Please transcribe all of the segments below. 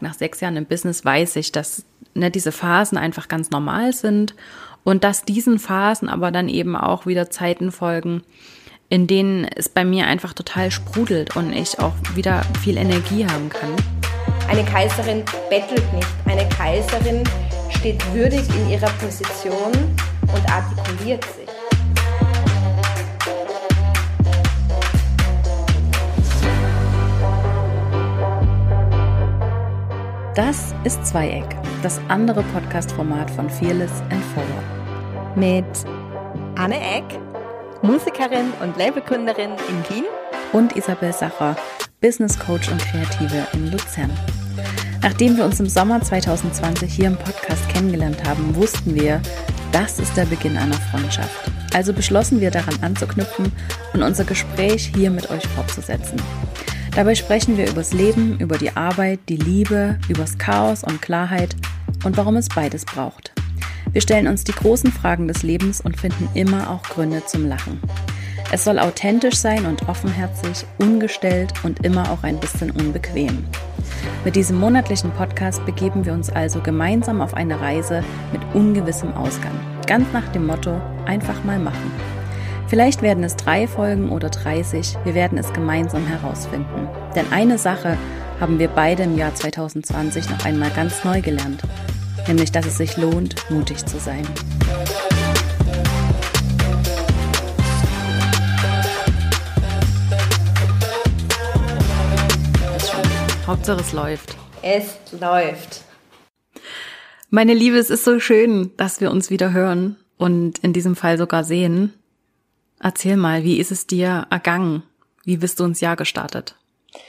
nach 6 Jahren im Business weiß ich, dass diese Phasen einfach ganz normal sind und dass diesen Phasen aber dann eben auch wieder Zeiten folgen, in denen es bei mir einfach total sprudelt und ich auch wieder viel Energie haben kann. Eine Kaiserin bettelt nicht. Eine Kaiserin steht würdig in ihrer Position und artikuliert sich. Das ist Zweieck, das andere Podcast-Format von Fearless and Forward. Mit Anne Eck, Musikerin und Labelgründerin in Wien. Und Isabel Sacher, Business Coach und Kreative in Luzern. Nachdem wir uns im Sommer 2020 hier im Podcast kennengelernt haben, wussten wir, das ist der Beginn einer Freundschaft. Also beschlossen wir daran anzuknüpfen und unser Gespräch hier mit euch fortzusetzen. Dabei sprechen wir übers Leben, über die Arbeit, die Liebe, übers Chaos und Klarheit und warum es beides braucht. Wir stellen uns die großen Fragen des Lebens und finden immer auch Gründe zum Lachen. Es soll authentisch sein und offenherzig, ungestellt und immer auch ein bisschen unbequem. Mit diesem monatlichen Podcast begeben wir uns also gemeinsam auf eine Reise mit ungewissem Ausgang. Ganz nach dem Motto, einfach mal machen. Vielleicht werden es 3 Folgen oder 30, wir werden es gemeinsam herausfinden. Denn eine Sache haben wir beide im Jahr 2020 noch einmal ganz neu gelernt. Nämlich, dass es sich lohnt, mutig zu sein. Hauptsache es läuft. Es läuft. Meine Liebe, es ist so schön, dass wir uns wieder hören und in diesem Fall sogar sehen. Erzähl mal, wie ist es dir ergangen? Wie bist du ins Jahr gestartet?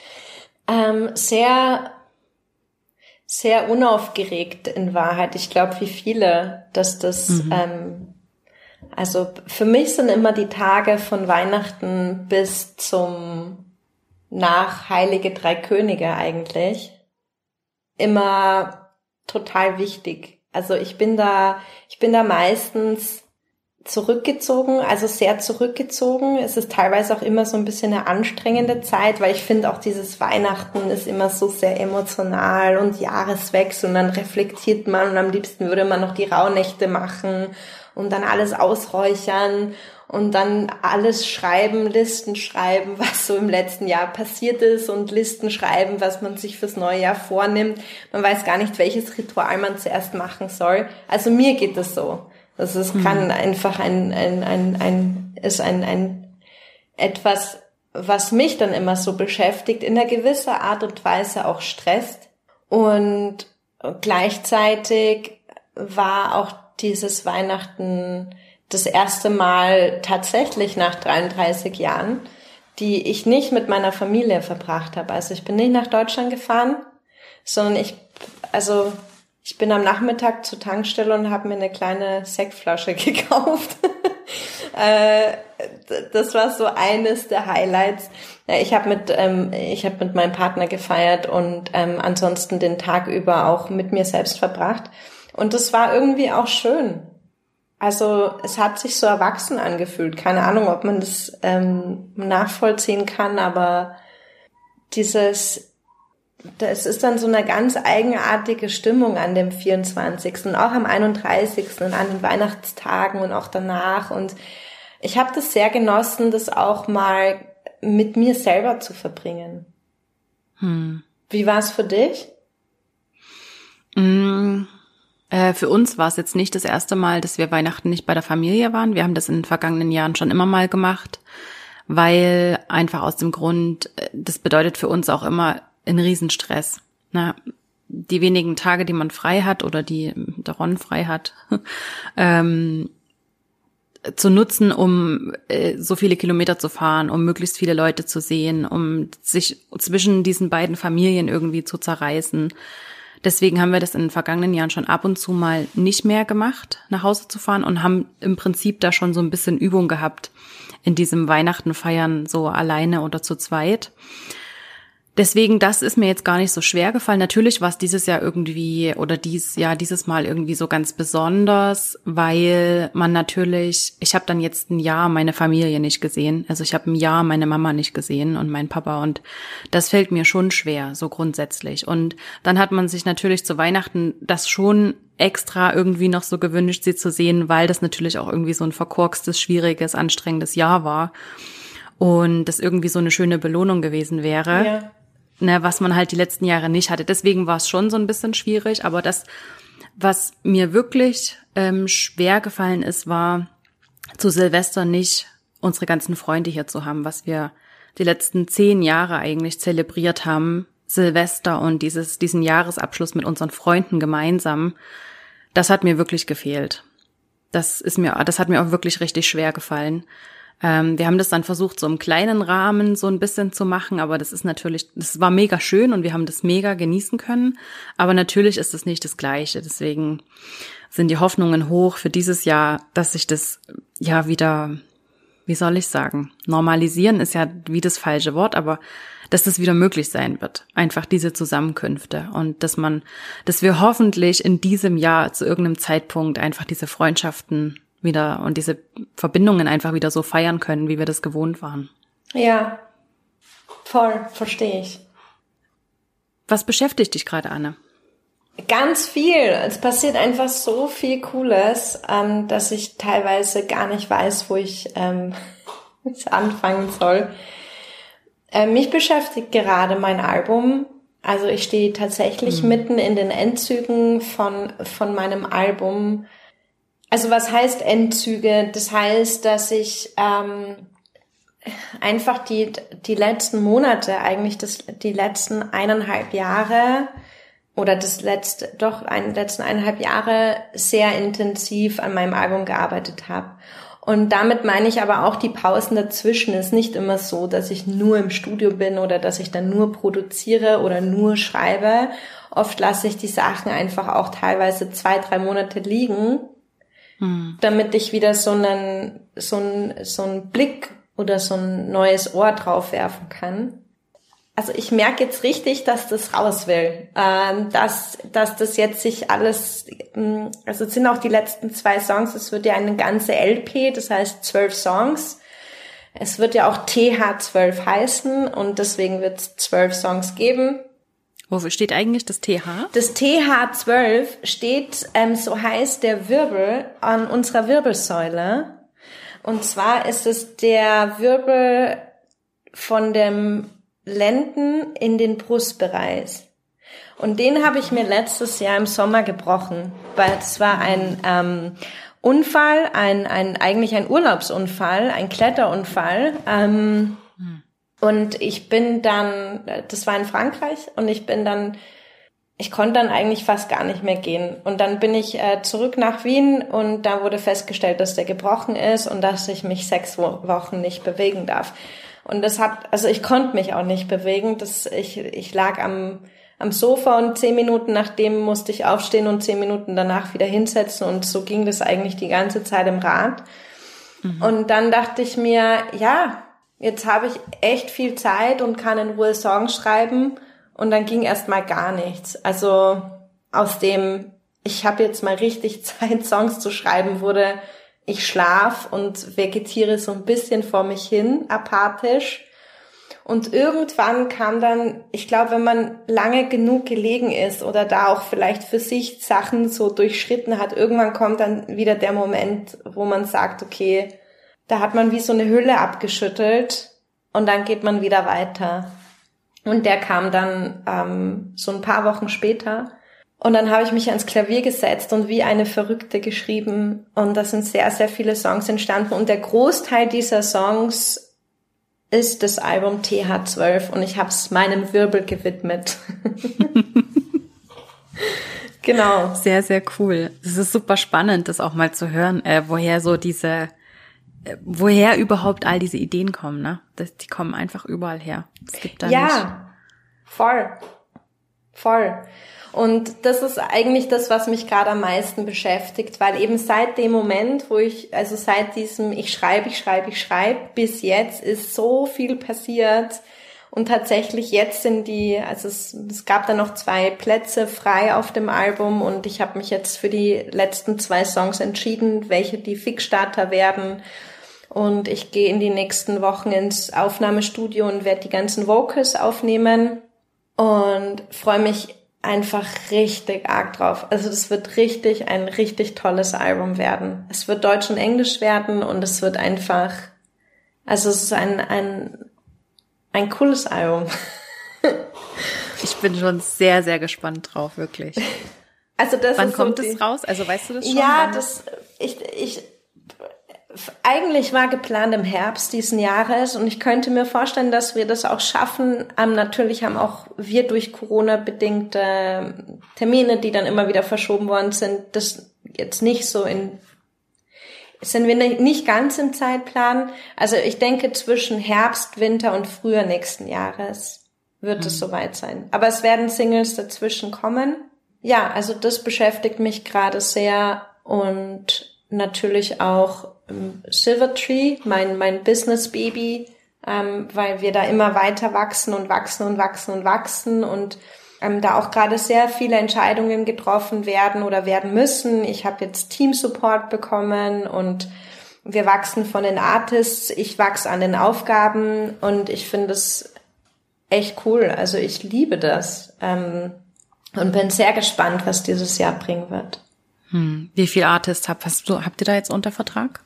Sehr, sehr unaufgeregt in Wahrheit. Ich glaube, wie viele, dass das, also für mich sind immer die Tage von Weihnachten bis zum nach Heilige Drei Könige eigentlich immer total wichtig. Also ich bin da meistens zurückgezogen, also sehr zurückgezogen. Es ist teilweise auch immer so ein bisschen eine anstrengende Zeit, weil ich finde auch dieses Weihnachten ist immer so sehr emotional und Jahreswechsel und dann reflektiert man und am liebsten würde man noch die Rauhnächte machen und dann alles ausräuchern und dann alles schreiben, Listen schreiben, was so im letzten Jahr passiert ist und Listen schreiben, was man sich fürs neue Jahr vornimmt. Man weiß gar nicht, welches Ritual man zuerst machen soll. Also mir geht das so. Also es kann einfach etwas, was mich dann immer so beschäftigt, in einer gewissen Art und Weise auch stresst. Und gleichzeitig war auch dieses Weihnachten das erste Mal tatsächlich nach 33 Jahren, die ich nicht mit meiner Familie verbracht habe. Also ich bin nicht nach Deutschland gefahren, sondern ich bin am Nachmittag zur Tankstelle und habe mir eine kleine Sektflasche gekauft. Das war so eines der Highlights. Ich habe mit meinem Partner gefeiert und ansonsten den Tag über auch mit mir selbst verbracht. Und das war irgendwie auch schön. Also es hat sich so erwachsen angefühlt. Keine Ahnung, ob man das nachvollziehen kann, aber das ist dann so eine ganz eigenartige Stimmung an dem 24. und auch am 31. und an den Weihnachtstagen und auch danach. Und ich habe das sehr genossen, das auch mal mit mir selber zu verbringen. Wie war es für dich? Für uns war es jetzt nicht das erste Mal, dass wir Weihnachten nicht bei der Familie waren. Wir haben das in den vergangenen Jahren schon immer mal gemacht, weil einfach aus dem Grund, das bedeutet für uns auch immer ein Riesenstress. Die wenigen Tage, die man frei hat oder die der Ron frei hat, zu nutzen, um so viele Kilometer zu fahren, um möglichst viele Leute zu sehen, um sich zwischen diesen beiden Familien irgendwie zu zerreißen. Deswegen haben wir das in den vergangenen Jahren schon ab und zu mal nicht mehr gemacht, nach Hause zu fahren und haben im Prinzip da schon so ein bisschen Übung gehabt in diesem Weihnachten feiern, so alleine oder zu zweit. Deswegen, das ist mir jetzt gar nicht so schwer gefallen. Natürlich war es dieses Jahr irgendwie oder dieses Mal irgendwie so ganz besonders, weil man natürlich, ich habe dann jetzt ein Jahr meine Familie nicht gesehen. Also ich habe ein Jahr meine Mama nicht gesehen und meinen Papa und das fällt mir schon schwer, so grundsätzlich. Und dann hat man sich natürlich zu Weihnachten das schon extra irgendwie noch so gewünscht, sie zu sehen, weil das natürlich auch irgendwie so ein verkorkstes, schwieriges, anstrengendes Jahr war und das irgendwie so eine schöne Belohnung gewesen wäre. Ja. Ne, was man halt die letzten Jahre nicht hatte. Deswegen war es schon so ein bisschen schwierig. Aber das, was mir wirklich schwer gefallen ist, war zu Silvester nicht unsere ganzen Freunde hier zu haben, was wir die letzten 10 Jahre eigentlich zelebriert haben. Silvester und diesen Jahresabschluss mit unseren Freunden gemeinsam. Das hat mir wirklich gefehlt. Das hat mir auch wirklich richtig schwer gefallen. Wir haben das dann versucht, so im kleinen Rahmen so ein bisschen zu machen, aber das war mega schön und wir haben das mega genießen können. Aber natürlich ist es nicht das Gleiche. Deswegen sind die Hoffnungen hoch für dieses Jahr, dass sich das ja wieder, wie soll ich sagen, normalisieren ist ja wie das falsche Wort, aber dass das wieder möglich sein wird. Einfach diese Zusammenkünfte und dass wir hoffentlich in diesem Jahr zu irgendeinem Zeitpunkt einfach diese Freundschaften wieder und diese Verbindungen einfach wieder so feiern können, wie wir das gewohnt waren. Ja, voll, verstehe ich. Was beschäftigt dich gerade, Anne? Ganz viel. Es passiert einfach so viel Cooles, dass ich teilweise gar nicht weiß, wo ich anfangen soll. Mich beschäftigt gerade mein Album. Also ich stehe tatsächlich mitten in den Endzügen von meinem Album. Also was heißt Endzüge? Das heißt, dass ich einfach die letzten Monate, eigentlich die letzten 1,5 Jahre oder die letzten 1,5 Jahre sehr intensiv an meinem Album gearbeitet habe. Und damit meine ich aber auch die Pausen dazwischen. Es ist nicht immer so, dass ich nur im Studio bin oder dass ich dann nur produziere oder nur schreibe. Oft lasse ich die Sachen einfach auch teilweise 2-3 Monate liegen, damit ich wieder so einen Blick oder so ein neues Ohr drauf werfen kann. Also ich merke jetzt richtig, dass das raus will, dass das jetzt sich alles, also es sind auch die letzten 2 Songs, es wird ja eine ganze LP, das heißt 12 Songs. Es wird ja auch TH12 heißen und deswegen wird es 12 Songs geben. Wofür steht eigentlich das TH? Das TH12 steht, so heißt der Wirbel an unserer Wirbelsäule. Und zwar ist es der Wirbel von dem Lenden in den Brustbereich. Und den habe ich mir letztes Jahr im Sommer gebrochen, weil es war ein Unfall, eigentlich ein Urlaubsunfall, ein Kletterunfall. Und ich bin dann, das war in Frankreich, und ich konnte dann eigentlich fast gar nicht mehr gehen. Und dann bin ich zurück nach Wien und da wurde festgestellt, dass der gebrochen ist und dass ich mich 6 Wochen nicht bewegen darf. Und ich konnte mich auch nicht bewegen. Ich lag am Sofa und 10 Minuten nachdem musste ich aufstehen und 10 Minuten danach wieder hinsetzen und so ging das eigentlich die ganze Zeit im Rad. Und dann dachte ich mir, ja, jetzt habe ich echt viel Zeit und kann in Ruhe Songs schreiben und dann ging erstmal gar nichts. Also aus dem, ich habe jetzt mal richtig Zeit, Songs zu schreiben, wurde ich schlaf und vegetiere so ein bisschen vor mich hin, apathisch. Und irgendwann kam dann, ich glaube, wenn man lange genug gelegen ist oder da auch vielleicht für sich Sachen so durchschritten hat, irgendwann kommt dann wieder der Moment, wo man sagt, okay, da hat man wie so eine Hülle abgeschüttelt und dann geht man wieder weiter. Und der kam dann so ein paar Wochen später. Und dann habe ich mich ans Klavier gesetzt und wie eine Verrückte geschrieben. Und da sind sehr, sehr viele Songs entstanden. Und der Großteil dieser Songs ist das Album TH12. Und ich habe es meinem Wirbel gewidmet. Genau. Sehr, sehr cool. Es ist super spannend, das auch mal zu hören, woher überhaupt all diese Ideen kommen, ne? Die kommen einfach überall her. Es gibt da nicht. Voll. Und das ist eigentlich das, was mich gerade am meisten beschäftigt, weil eben seit dem Moment, seit diesem ich schreibe, bis jetzt ist so viel passiert Und tatsächlich jetzt also es gab da noch 2 Plätze frei auf dem Album und ich habe mich jetzt für die letzten 2 Songs entschieden, welche die Fixstarter werden. Und ich gehe in die nächsten Wochen ins Aufnahmestudio und werde die ganzen Vocals aufnehmen und freue mich einfach richtig arg drauf. Also das wird ein richtig tolles Album werden. Es wird Deutsch und Englisch werden und es wird einfach, also es ist ein cooles Album. Ich bin schon sehr, sehr gespannt drauf, wirklich. Also wann kommt es raus? Also weißt du das schon? Ja, eigentlich war geplant im Herbst diesen Jahres und ich könnte mir vorstellen, dass wir das auch schaffen. Natürlich haben auch wir durch Corona bedingte Termine, die dann immer wieder verschoben worden sind, das jetzt nicht so sind wir nicht ganz im Zeitplan. Also ich denke, zwischen Herbst, Winter und Frühjahr nächsten Jahres wird es soweit sein. Aber es werden Singles dazwischen kommen. Ja, also das beschäftigt mich gerade sehr und natürlich auch Silvertree, mein Business-Baby, weil wir da immer weiter wachsen und da auch gerade sehr viele Entscheidungen getroffen werden oder werden müssen. Ich habe jetzt Team-Support bekommen und wir wachsen von den Artists, ich wachse an den Aufgaben und ich finde es echt cool. Also ich liebe das und bin sehr gespannt, was dieses Jahr bringen wird. Wie viele Artists habt ihr da jetzt unter Vertrag?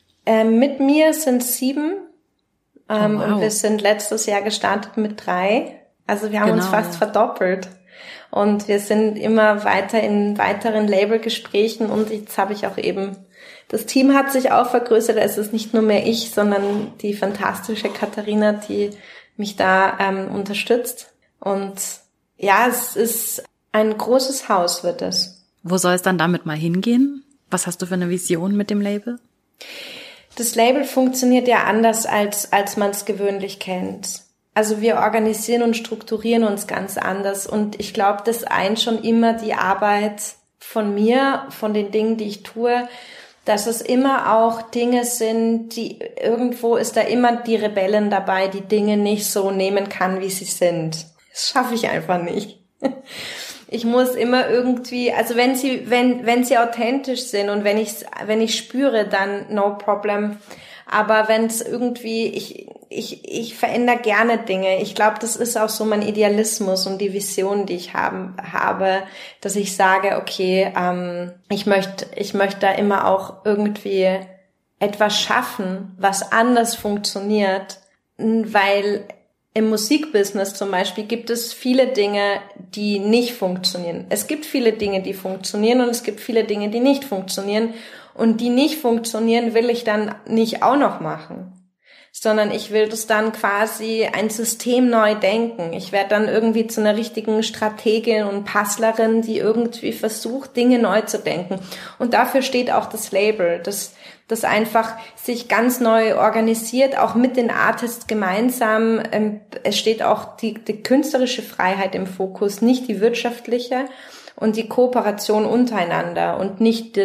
Mit mir sind 7 wow. Und wir sind letztes Jahr gestartet mit 3. Also wir haben uns fast verdoppelt und wir sind immer weiter in weiteren Labelgesprächen und jetzt habe ich auch eben, das Team hat sich auch vergrößert, es ist nicht nur mehr ich, sondern die fantastische Katharina, die mich da unterstützt und ja, es ist ein großes Haus wird es. Wo soll es dann damit mal hingehen? Was hast du für eine Vision mit dem Label? Das Label funktioniert ja anders, als man es gewöhnlich kennt. Also wir organisieren und strukturieren uns ganz anders und ich glaube, das eint schon immer die Arbeit von mir, von den Dingen, die ich tue, dass es immer auch Dinge sind, die irgendwo ist da immer die Rebellen dabei, die Dinge nicht so nehmen kann, wie sie sind. Das schaffe ich einfach nicht. Ich muss immer irgendwie, also wenn sie authentisch sind und wenn ich spüre, dann no problem. Aber wenn es irgendwie, ich verändere gerne Dinge. Ich glaube, das ist auch so mein Idealismus und die Vision, die ich habe, dass ich sage, okay, ich möchte da immer auch irgendwie etwas schaffen, was anders funktioniert, weil im Musikbusiness zum Beispiel gibt es viele Dinge, die nicht funktionieren. Es gibt viele Dinge, die funktionieren und es gibt viele Dinge, die nicht funktionieren. Und die nicht funktionieren, will ich dann nicht auch noch machen, sondern ich will das dann quasi ein System neu denken. Ich werde dann irgendwie zu einer richtigen Strategin und Puzzlerin, die irgendwie versucht, Dinge neu zu denken. Und dafür steht auch das Label, das einfach sich ganz neu organisiert, auch mit den Artists gemeinsam. Es steht auch die künstlerische Freiheit im Fokus, nicht die wirtschaftliche und die Kooperation untereinander und nicht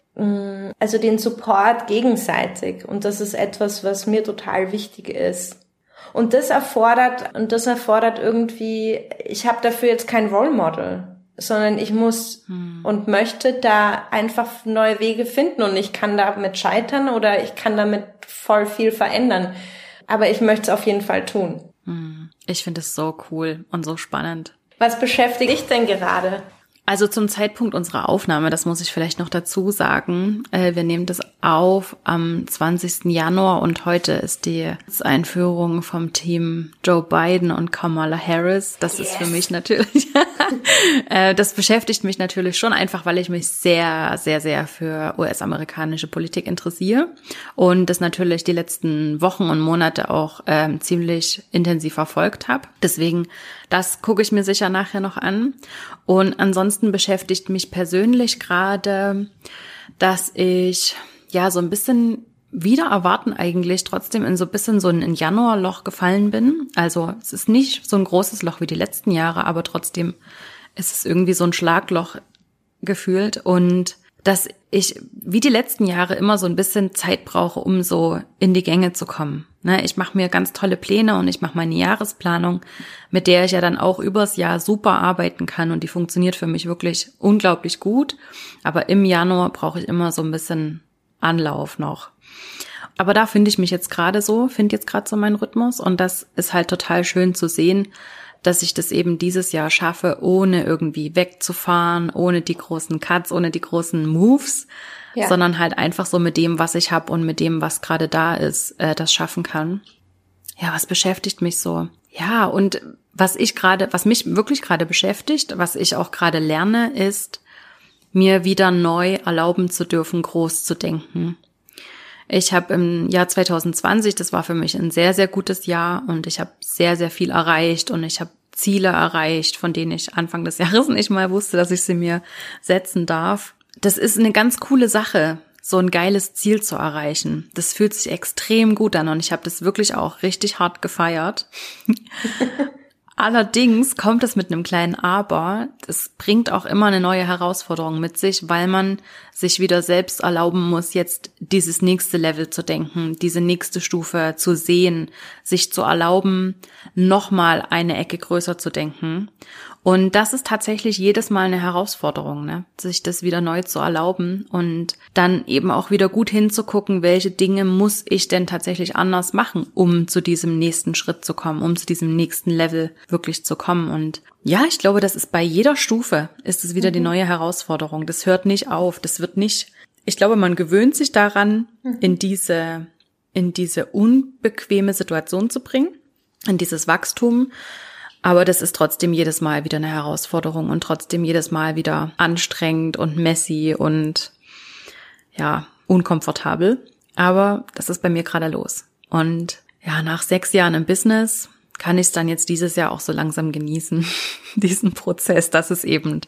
also den Support gegenseitig. Und das ist etwas, was mir total wichtig ist. Und das erfordert irgendwie, ich habe dafür jetzt kein Role Model, sondern ich muss und möchte da einfach neue Wege finden und ich kann damit scheitern oder ich kann damit voll viel verändern. Aber ich möchte es auf jeden Fall tun. Ich finde es so cool und so spannend. Was beschäftigt dich denn gerade? Also zum Zeitpunkt unserer Aufnahme, das muss ich vielleicht noch dazu sagen, wir nehmen das auf am 20. Januar und heute ist die Einführung vom Team Joe Biden und Kamala Harris. Das ist für mich natürlich, das beschäftigt mich natürlich schon einfach, weil ich mich sehr, sehr, sehr für US-amerikanische Politik interessiere und das natürlich die letzten Wochen und Monate auch ziemlich intensiv verfolgt habe. Deswegen, das gucke ich mir sicher nachher noch an. Und ansonsten beschäftigt mich persönlich gerade, dass ich ja so ein bisschen wieder erwarten eigentlich trotzdem in so ein bisschen so ein Januarloch gefallen bin. Also es ist nicht so ein großes Loch wie die letzten Jahre, aber trotzdem ist es irgendwie so ein Schlagloch gefühlt und dass ich wie die letzten Jahre immer so ein bisschen Zeit brauche, um so in die Gänge zu kommen. Ne, ich mache mir ganz tolle Pläne und ich mache meine Jahresplanung, mit der ich ja dann auch übers Jahr super arbeiten kann und die funktioniert für mich wirklich unglaublich gut. Aber im Januar brauche ich immer so ein bisschen Anlauf noch. Aber da finde ich mich jetzt gerade so, finde jetzt gerade so meinen Rhythmus und das ist halt total schön zu sehen, dass ich das eben dieses Jahr schaffe, ohne irgendwie wegzufahren, ohne die großen Cuts, ohne die großen Moves, sondern halt einfach so mit dem, was ich habe und mit dem, was gerade da ist, das schaffen kann. Ja, was beschäftigt mich so? Ja, und was mich wirklich gerade beschäftigt, was ich auch gerade lerne, ist, mir wieder neu erlauben zu dürfen, groß zu denken. Ich habe im Jahr 2020, das war für mich ein sehr, sehr gutes Jahr und ich habe sehr, sehr viel erreicht und ich habe Ziele erreicht, von denen ich Anfang des Jahres nicht mal wusste, dass ich sie mir setzen darf. Das ist eine ganz coole Sache, so ein geiles Ziel zu erreichen. Das fühlt sich extrem gut an und ich habe das wirklich auch richtig hart gefeiert. Allerdings kommt es mit einem kleinen Aber. Es bringt auch immer eine neue Herausforderung mit sich, weil man sich wieder selbst erlauben muss, jetzt dieses nächste Level zu denken, diese nächste Stufe zu sehen, sich zu erlauben, nochmal eine Ecke größer zu denken. Und das ist tatsächlich jedes Mal eine Herausforderung, ne? Sich das wieder neu zu erlauben und dann eben auch wieder gut hinzugucken, welche Dinge muss ich denn tatsächlich anders machen, um zu diesem nächsten Schritt zu kommen, um zu diesem nächsten Level wirklich zu kommen. Und ja, ich glaube, das ist bei jeder Stufe, ist es wieder die neue Herausforderung. Das hört nicht auf, das wird nicht, ich glaube, man gewöhnt sich daran, in diese unbequeme Situation zu bringen, in dieses Wachstum. Aber das ist trotzdem jedes Mal wieder eine Herausforderung und trotzdem jedes Mal wieder anstrengend und messy und ja, unkomfortabel. Aber das ist bei mir gerade los. Und ja, nach 6 Jahren im Business kann ich es dann jetzt dieses Jahr auch so langsam genießen, diesen Prozess, dass es eben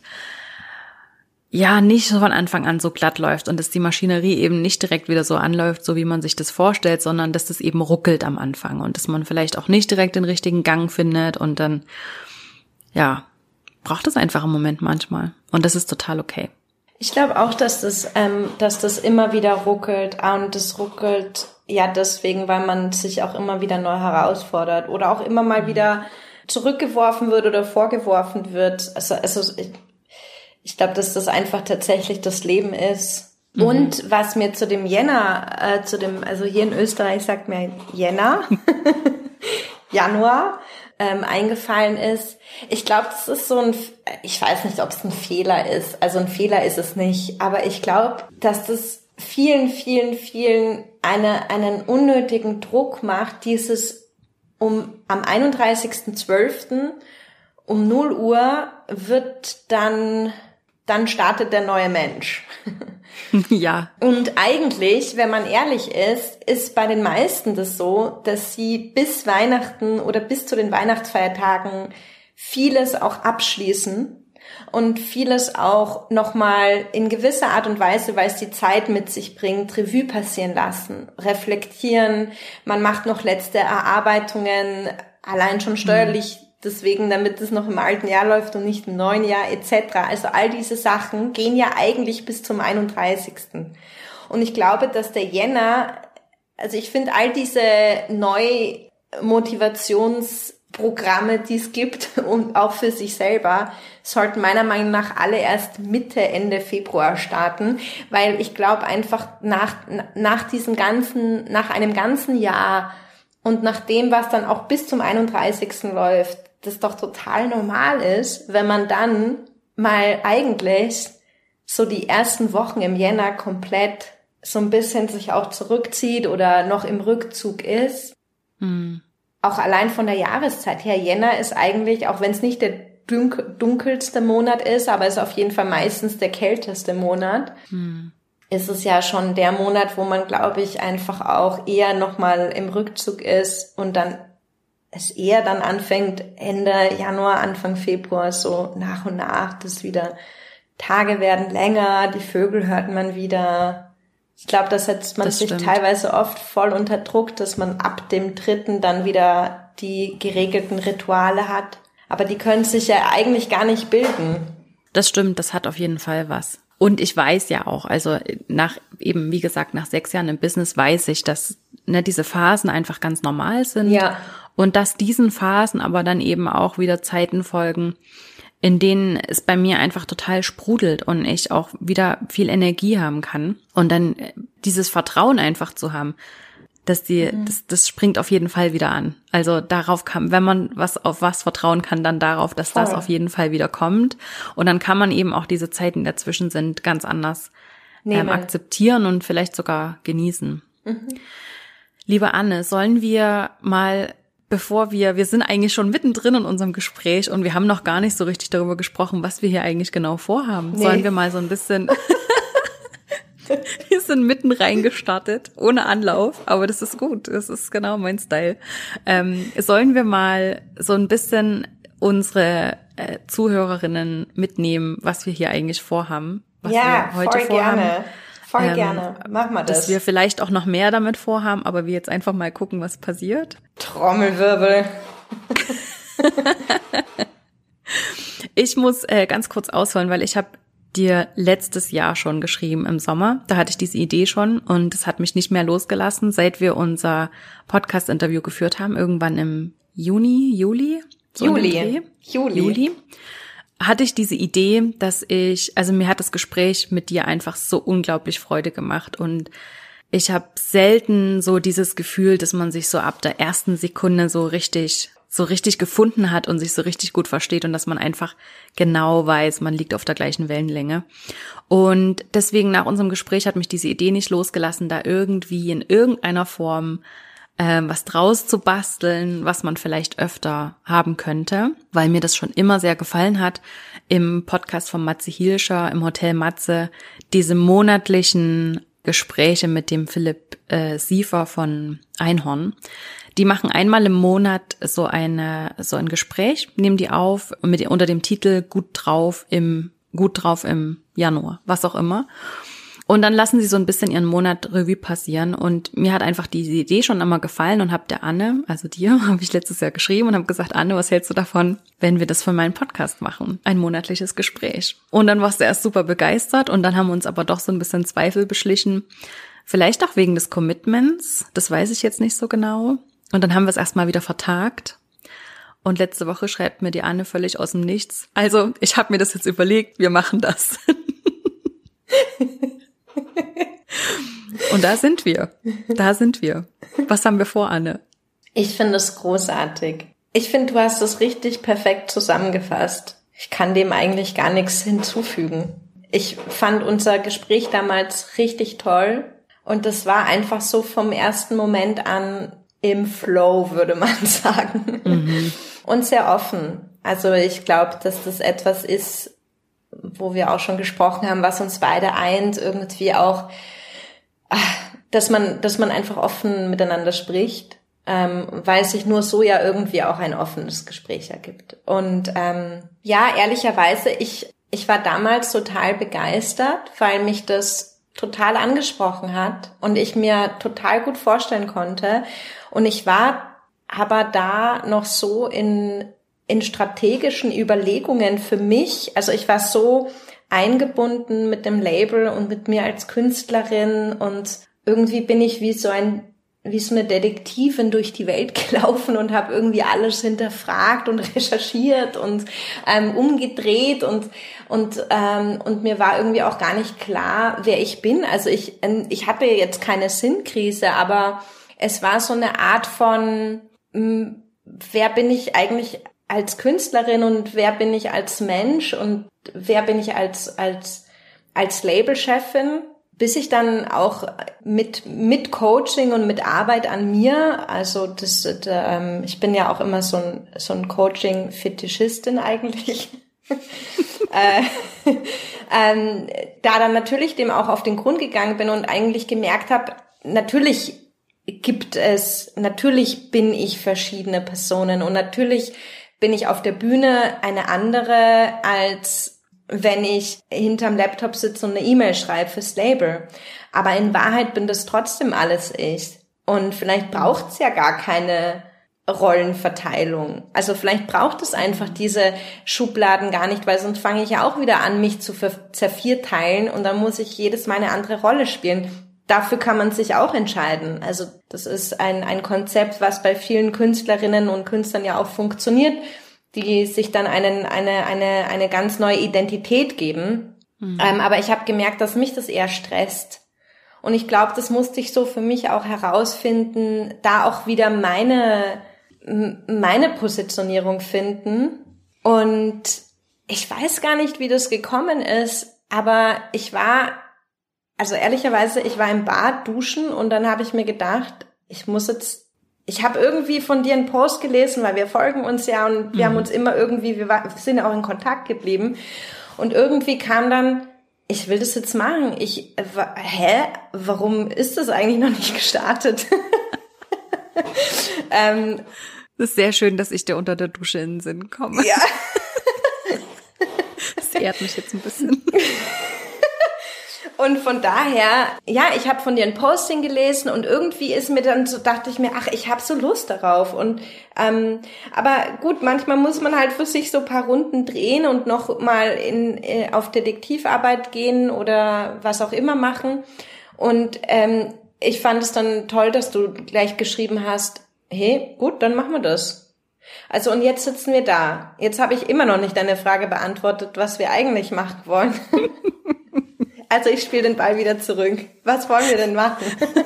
ja nicht so von Anfang an so glatt läuft und dass die Maschinerie eben nicht direkt wieder so anläuft, so wie man sich das vorstellt, sondern dass das eben ruckelt am Anfang und dass man vielleicht auch nicht direkt den richtigen Gang findet und dann, ja, braucht es einfach einen Moment manchmal und das ist total okay. Ich glaube auch, dass das immer wieder ruckelt und das ruckelt ja deswegen, weil man sich auch immer wieder neu herausfordert oder auch immer mal wieder zurückgeworfen wird oder vorgeworfen wird. Also ich glaube, dass das einfach tatsächlich das Leben ist. Mhm. Und was mir zu dem Jänner, also hier in Österreich sagt man Jänner, Januar, eingefallen ist. Ich glaube, das ist ich weiß nicht, ob es ein Fehler ist. Also ein Fehler ist es nicht. Aber ich glaube, dass das vielen, vielen, vielen einen unnötigen Druck macht, dieses am 31.12. um 0 Uhr wird dann startet der neue Mensch. Ja. Und eigentlich, wenn man ehrlich ist bei den meisten das so, dass sie bis Weihnachten oder bis zu den Weihnachtsfeiertagen vieles auch abschließen und vieles auch nochmal in gewisser Art und Weise, weil es die Zeit mit sich bringt, Revue passieren lassen, reflektieren. Man macht noch letzte Erarbeitungen, allein schon steuerlich, deswegen, damit es noch im alten Jahr läuft und nicht im neuen Jahr etc. Also all diese Sachen gehen ja eigentlich bis zum 31. Und ich glaube, dass der Jänner, also ich finde all diese Neumotivationsprogramme, die es gibt und auch für sich selber, sollten meiner Meinung nach alle erst Mitte, Ende Februar starten, weil ich glaube einfach nach einem ganzen Jahr und nach dem, was dann auch bis zum 31. läuft, das doch total normal ist, wenn man dann mal eigentlich so die ersten Wochen im Jänner komplett so ein bisschen sich auch zurückzieht oder noch im Rückzug ist. Mhm. Auch allein von der Jahreszeit her. Jänner ist eigentlich, auch wenn es nicht der dunkelste Monat ist, aber ist auf jeden Fall meistens der kälteste Monat. Mhm. Ist es ja schon der Monat, wo man, glaube ich, einfach auch eher nochmal im Rückzug ist und dann es eher dann anfängt, Ende Januar, Anfang Februar, so nach und nach, dass wieder Tage werden länger, die Vögel hört man wieder. Ich glaube, das setzt man sich teilweise oft voll unter Druck, dass man ab dem 3. dann wieder die geregelten Rituale hat. Aber die können sich ja eigentlich gar nicht bilden. Das stimmt, das hat auf jeden Fall was. Und ich weiß ja auch, also wie gesagt, nach 6 Jahren im Business weiß ich, dass diese Phasen einfach ganz normal sind. Ja. Und dass diesen Phasen aber dann eben auch wieder Zeiten folgen, in denen es bei mir einfach total sprudelt und ich auch wieder viel Energie haben kann. Und dann dieses Vertrauen einfach zu haben, dass das springt auf jeden Fall wieder an. Also darauf wenn man auf was vertrauen kann, dann darauf, dass das auf jeden Fall wieder kommt. Und dann kann man eben auch diese Zeiten dazwischen sind ganz anders akzeptieren und vielleicht sogar genießen. Liebe Anne, sollen wir mal, bevor wir sind eigentlich schon mittendrin in unserem Gespräch und wir haben noch gar nicht so richtig darüber gesprochen, was wir hier eigentlich genau vorhaben. Nee. Sollen wir mal so ein bisschen, wir sind mitten reingestartet, ohne Anlauf, aber das ist gut, das ist genau mein Style. Sollen wir mal so ein bisschen unsere Zuhörerinnen mitnehmen, was wir hier eigentlich vorhaben? Was wir heute vorhaben? Gerne. Voll gerne. Machen wir das. Dass wir vielleicht auch noch mehr damit vorhaben, aber wir jetzt einfach mal gucken, was passiert. Trommelwirbel. Ich muss ganz kurz ausholen, weil ich habe dir letztes Jahr schon geschrieben im Sommer. Da hatte ich diese Idee schon und es hat mich nicht mehr losgelassen, seit wir unser Podcast-Interview geführt haben, irgendwann im Juli. Hatte ich diese Idee, dass mir hat das Gespräch mit dir einfach so unglaublich Freude gemacht und ich habe selten so dieses Gefühl, dass man sich so ab der ersten Sekunde so richtig gefunden hat und sich so richtig gut versteht und dass man einfach genau weiß, man liegt auf der gleichen Wellenlänge. Und deswegen nach unserem Gespräch hat mich diese Idee nicht losgelassen, da irgendwie in irgendeiner Form was draus zu basteln, was man vielleicht öfter haben könnte, weil mir das schon immer sehr gefallen hat, im Podcast von Matze Hilscher, im Hotel Matze, diese monatlichen Gespräche mit dem Philipp Siefer von Einhorn. Die machen einmal im Monat so ein Gespräch, nehmen die auf unter dem Titel Gut drauf im Januar, was auch immer. Und dann lassen sie so ein bisschen ihren Monat Revue passieren. Und mir hat einfach diese Idee schon immer gefallen und habe der Anne, also dir, habe ich letztes Jahr geschrieben und habe gesagt, Anne, was hältst du davon, wenn wir das für meinen Podcast machen? Ein monatliches Gespräch. Und dann warst du erst super begeistert und dann haben wir uns aber doch so ein bisschen Zweifel beschlichen. Vielleicht auch wegen des Commitments, das weiß ich jetzt nicht so genau. Und dann haben wir es erstmal wieder vertagt. Und letzte Woche schreibt mir die Anne völlig aus dem Nichts. Also, ich habe mir das jetzt überlegt, wir machen das. Und da sind wir. Was haben wir vor, Anne? Ich finde es großartig. Ich finde, du hast es richtig perfekt zusammengefasst. Ich kann dem eigentlich gar nichts hinzufügen. Ich fand unser Gespräch damals richtig toll. Und das war einfach so vom ersten Moment an im Flow, würde man sagen. Mhm. Und sehr offen. Also ich glaube, dass das etwas ist, wo wir auch schon gesprochen haben, was uns beide eint, irgendwie auch, dass man einfach offen miteinander spricht, weil sich nur so ja irgendwie auch ein offenes Gespräch ergibt. Und ehrlicherweise, ich war damals total begeistert, weil mich das total angesprochen hat und ich mir total gut vorstellen konnte. Und ich war aber da noch so in strategischen Überlegungen für mich. Also ich war so eingebunden mit dem Label und mit mir als Künstlerin und irgendwie bin ich wie so eine Detektivin durch die Welt gelaufen und habe irgendwie alles hinterfragt und recherchiert und umgedreht und mir war irgendwie auch gar nicht klar, wer ich bin. Also ich hatte jetzt keine Sinnkrise, aber es war so eine Art von, wer bin ich eigentlich als Künstlerin und wer bin ich als Mensch und wer bin ich als Labelchefin, bis ich dann auch mit Coaching und mit Arbeit an mir, also ich bin ja auch immer so ein Coaching-Fetischistin eigentlich, da dann natürlich dem auch auf den Grund gegangen bin und eigentlich gemerkt habe, natürlich bin ich verschiedene Personen und natürlich bin ich auf der Bühne eine andere, als wenn ich hinterm Laptop sitze und eine E-Mail schreibe fürs Label. Aber in Wahrheit bin das trotzdem alles ich. Und vielleicht braucht es ja gar keine Rollenverteilung. Also vielleicht braucht es einfach diese Schubladen gar nicht, weil sonst fange ich ja auch wieder an, mich zu zervierteilen und dann muss ich jedes Mal eine andere Rolle spielen. dafür kann man sich auch entscheiden. Also das ist ein Konzept, was bei vielen Künstlerinnen und Künstlern ja auch funktioniert, die sich dann eine ganz neue Identität geben. Aber ich habe gemerkt, dass mich das eher stresst. Und ich glaube, das musste ich so für mich auch herausfinden, da auch wieder meine Positionierung finden. Und ich weiß gar nicht, wie das gekommen ist, aber ich war im Bad duschen und dann habe ich mir gedacht, ich habe irgendwie von dir einen Post gelesen, weil wir folgen uns ja und wir haben uns immer irgendwie, wir sind ja auch in Kontakt geblieben. Und irgendwie kam dann, ich will das jetzt machen. Warum ist das eigentlich noch nicht gestartet? Das ist sehr schön, dass ich dir unter der Dusche in den Sinn komme. Ja. Das ehrt mich jetzt ein bisschen. Und von daher, ja, ich habe von dir ein Posting gelesen und irgendwie ist mir dann so, dachte ich mir, ach, ich habe so Lust darauf. Und aber gut, manchmal muss man halt für sich so ein paar Runden drehen und noch mal auf Detektivarbeit gehen oder was auch immer machen. Und ich fand es dann toll, dass du gleich geschrieben hast, hey, gut, dann machen wir das. Also und jetzt sitzen wir da. Jetzt habe ich immer noch nicht deine Frage beantwortet, was wir eigentlich machen wollen. Also ich spiele den Ball wieder zurück. Was wollen wir denn machen?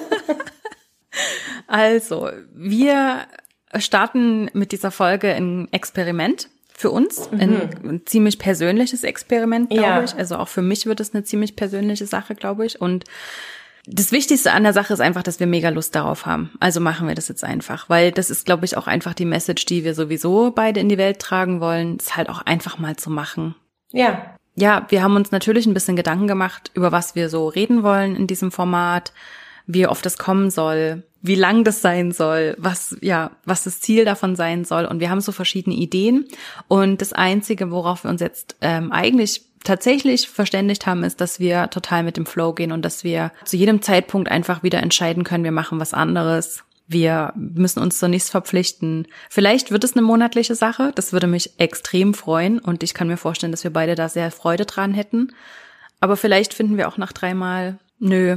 Also, wir starten mit dieser Folge ein Experiment für uns. Ein ziemlich persönliches Experiment, glaube ich. Also auch für mich wird es eine ziemlich persönliche Sache, glaube ich. Und das Wichtigste an der Sache ist einfach, dass wir mega Lust darauf haben. Also machen wir das jetzt einfach. Weil das ist, glaube ich, auch einfach die Message, die wir sowieso beide in die Welt tragen wollen. Ist halt auch einfach mal zu machen. Ja. Ja, wir haben uns natürlich ein bisschen Gedanken gemacht, über was wir so reden wollen in diesem Format, wie oft es kommen soll, wie lang das sein soll, was das Ziel davon sein soll. Und wir haben so verschiedene Ideen. Und das Einzige, worauf wir uns jetzt eigentlich tatsächlich verständigt haben, ist, dass wir total mit dem Flow gehen und dass wir zu jedem Zeitpunkt einfach wieder entscheiden können, wir machen was anderes. Wir müssen uns zu nichts verpflichten. Vielleicht wird es eine monatliche Sache. Das würde mich extrem freuen. Und ich kann mir vorstellen, dass wir beide da sehr Freude dran hätten. Aber vielleicht finden wir auch nach 3 Mal, nö,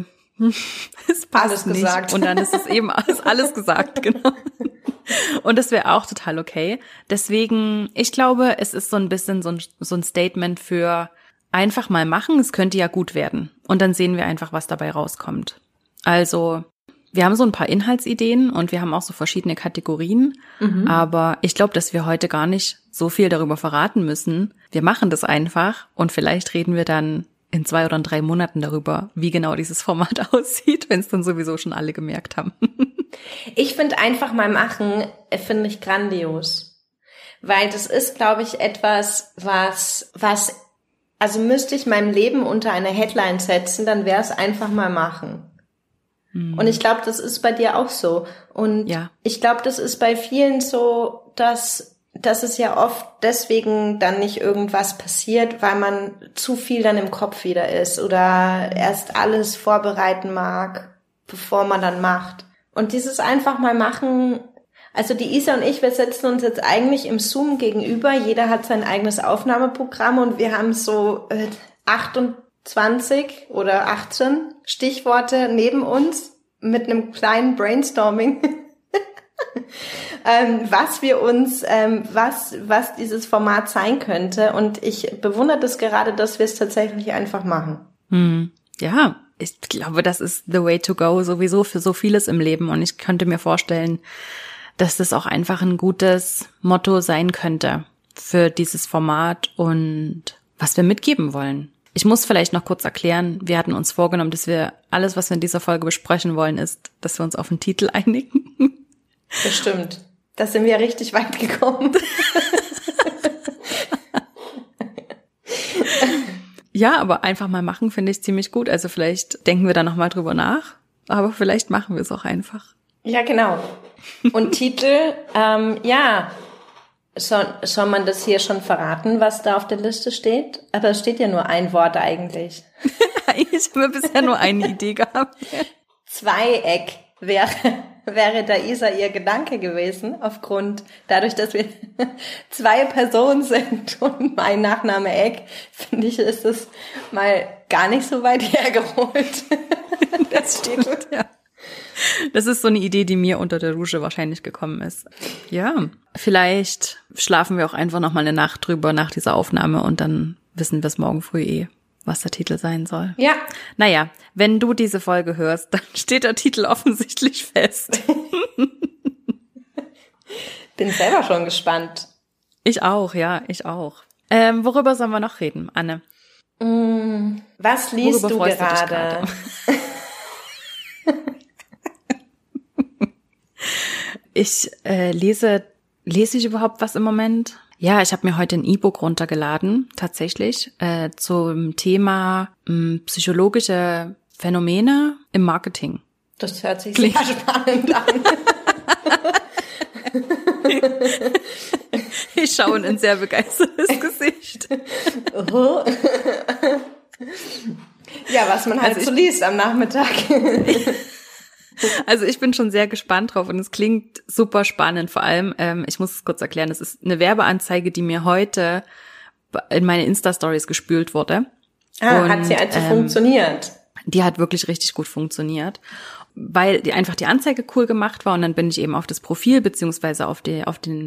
es passt alles nicht. Gesagt. Und dann ist es eben alles gesagt, genau. Und das wäre auch total okay. Deswegen, ich glaube, es ist so ein bisschen so ein Statement für einfach mal machen. Es könnte ja gut werden. Und dann sehen wir einfach, was dabei rauskommt. Also wir haben so ein paar Inhaltsideen und wir haben auch so verschiedene Kategorien, aber ich glaube, dass wir heute gar nicht so viel darüber verraten müssen. Wir machen das einfach und vielleicht reden wir dann in 2 oder 3 Monaten darüber, wie genau dieses Format aussieht, wenn es dann sowieso schon alle gemerkt haben. Ich finde einfach mal machen, finde ich grandios. Weil das ist, glaube ich, etwas, was, also müsste ich meinem Leben unter eine Headline setzen, dann wäre es einfach mal machen. Und ich glaube, das ist bei dir auch so. Und ich glaube, das ist bei vielen so, dass es ja oft deswegen dann nicht irgendwas passiert, weil man zu viel dann im Kopf wieder ist oder erst alles vorbereiten mag, bevor man dann macht. Und dieses einfach mal machen, also die Isa und ich, wir setzen uns jetzt eigentlich im Zoom gegenüber, jeder hat sein eigenes Aufnahmeprogramm und wir haben so 28 oder 18 Stichworte neben uns mit einem kleinen Brainstorming, was wir uns, was dieses Format sein könnte. Und ich bewundere das gerade, dass wir es tatsächlich einfach machen. Ja, ich glaube, das ist the way to go sowieso für so vieles im Leben. Und ich könnte mir vorstellen, dass das auch einfach ein gutes Motto sein könnte für dieses Format und was wir mitgeben wollen. Ich muss vielleicht noch kurz erklären, wir hatten uns vorgenommen, dass wir alles, was wir in dieser Folge besprechen wollen, ist, dass wir uns auf einen Titel einigen. Das stimmt. Da sind wir richtig weit gekommen. Ja, aber einfach mal machen finde ich ziemlich gut. Also vielleicht denken wir da nochmal drüber nach, aber vielleicht machen wir es auch einfach. Ja, genau. Und Titel, soll man das hier schon verraten, was da auf der Liste steht? Aber es steht ja nur ein Wort eigentlich. Eigentlich haben wir bisher nur eine Idee gehabt. Zweieck wäre wäre da Isa ihr Gedanke gewesen, dadurch, dass wir 2 Personen sind und mein Nachname Egg, finde ich, ist es mal gar nicht so weit hergeholt. Das steht gut, ja. Das ist so eine Idee, die mir unter der Dusche wahrscheinlich gekommen ist. Ja, vielleicht schlafen wir auch einfach noch mal eine Nacht drüber nach dieser Aufnahme und dann wissen wir es morgen früh was der Titel sein soll. Ja. Naja, wenn du diese Folge hörst, dann steht der Titel offensichtlich fest. Bin selber schon gespannt. Ich auch, ja, ich auch. Worüber sollen wir noch reden, Anne? Was liest du gerade? Ich lese ich überhaupt was im Moment? Ja, ich habe mir heute ein E-Book runtergeladen, tatsächlich, zum Thema psychologische Phänomene im Marketing. Das hört sich sehr spannend an. Ich schaue in ein sehr begeistertes Gesicht. Ja, was man halt so liest am Nachmittag. Also ich bin schon sehr gespannt drauf und es klingt super spannend. Vor allem, ich muss es kurz erklären, es ist eine Werbeanzeige, die mir heute in meine Insta-Stories gespült wurde. Und, hat sie also funktioniert? Die hat wirklich richtig gut funktioniert, weil die Anzeige cool gemacht war und dann bin ich eben auf das Profil beziehungsweise auf die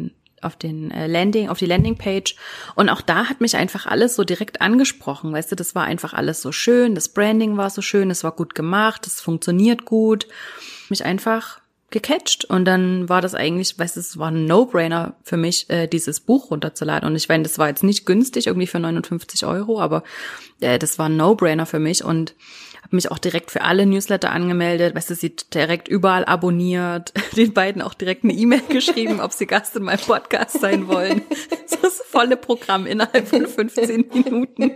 Landingpage und auch da hat mich einfach alles so direkt angesprochen, weißt du, das war einfach alles so schön, das Branding war so schön, es war gut gemacht, es funktioniert gut, mich einfach gecatcht und dann war das eigentlich, weißt du, es war ein No-Brainer für mich, dieses Buch runterzuladen und ich meine, das war jetzt nicht günstig, irgendwie für 59 €, aber das war ein No-Brainer für mich und habe mich auch direkt für alle Newsletter angemeldet, weißt du, sie direkt überall abonniert, den beiden auch direkt eine E-Mail geschrieben, ob sie Gast in meinem Podcast sein wollen. Das volle Programm innerhalb von 15 Minuten.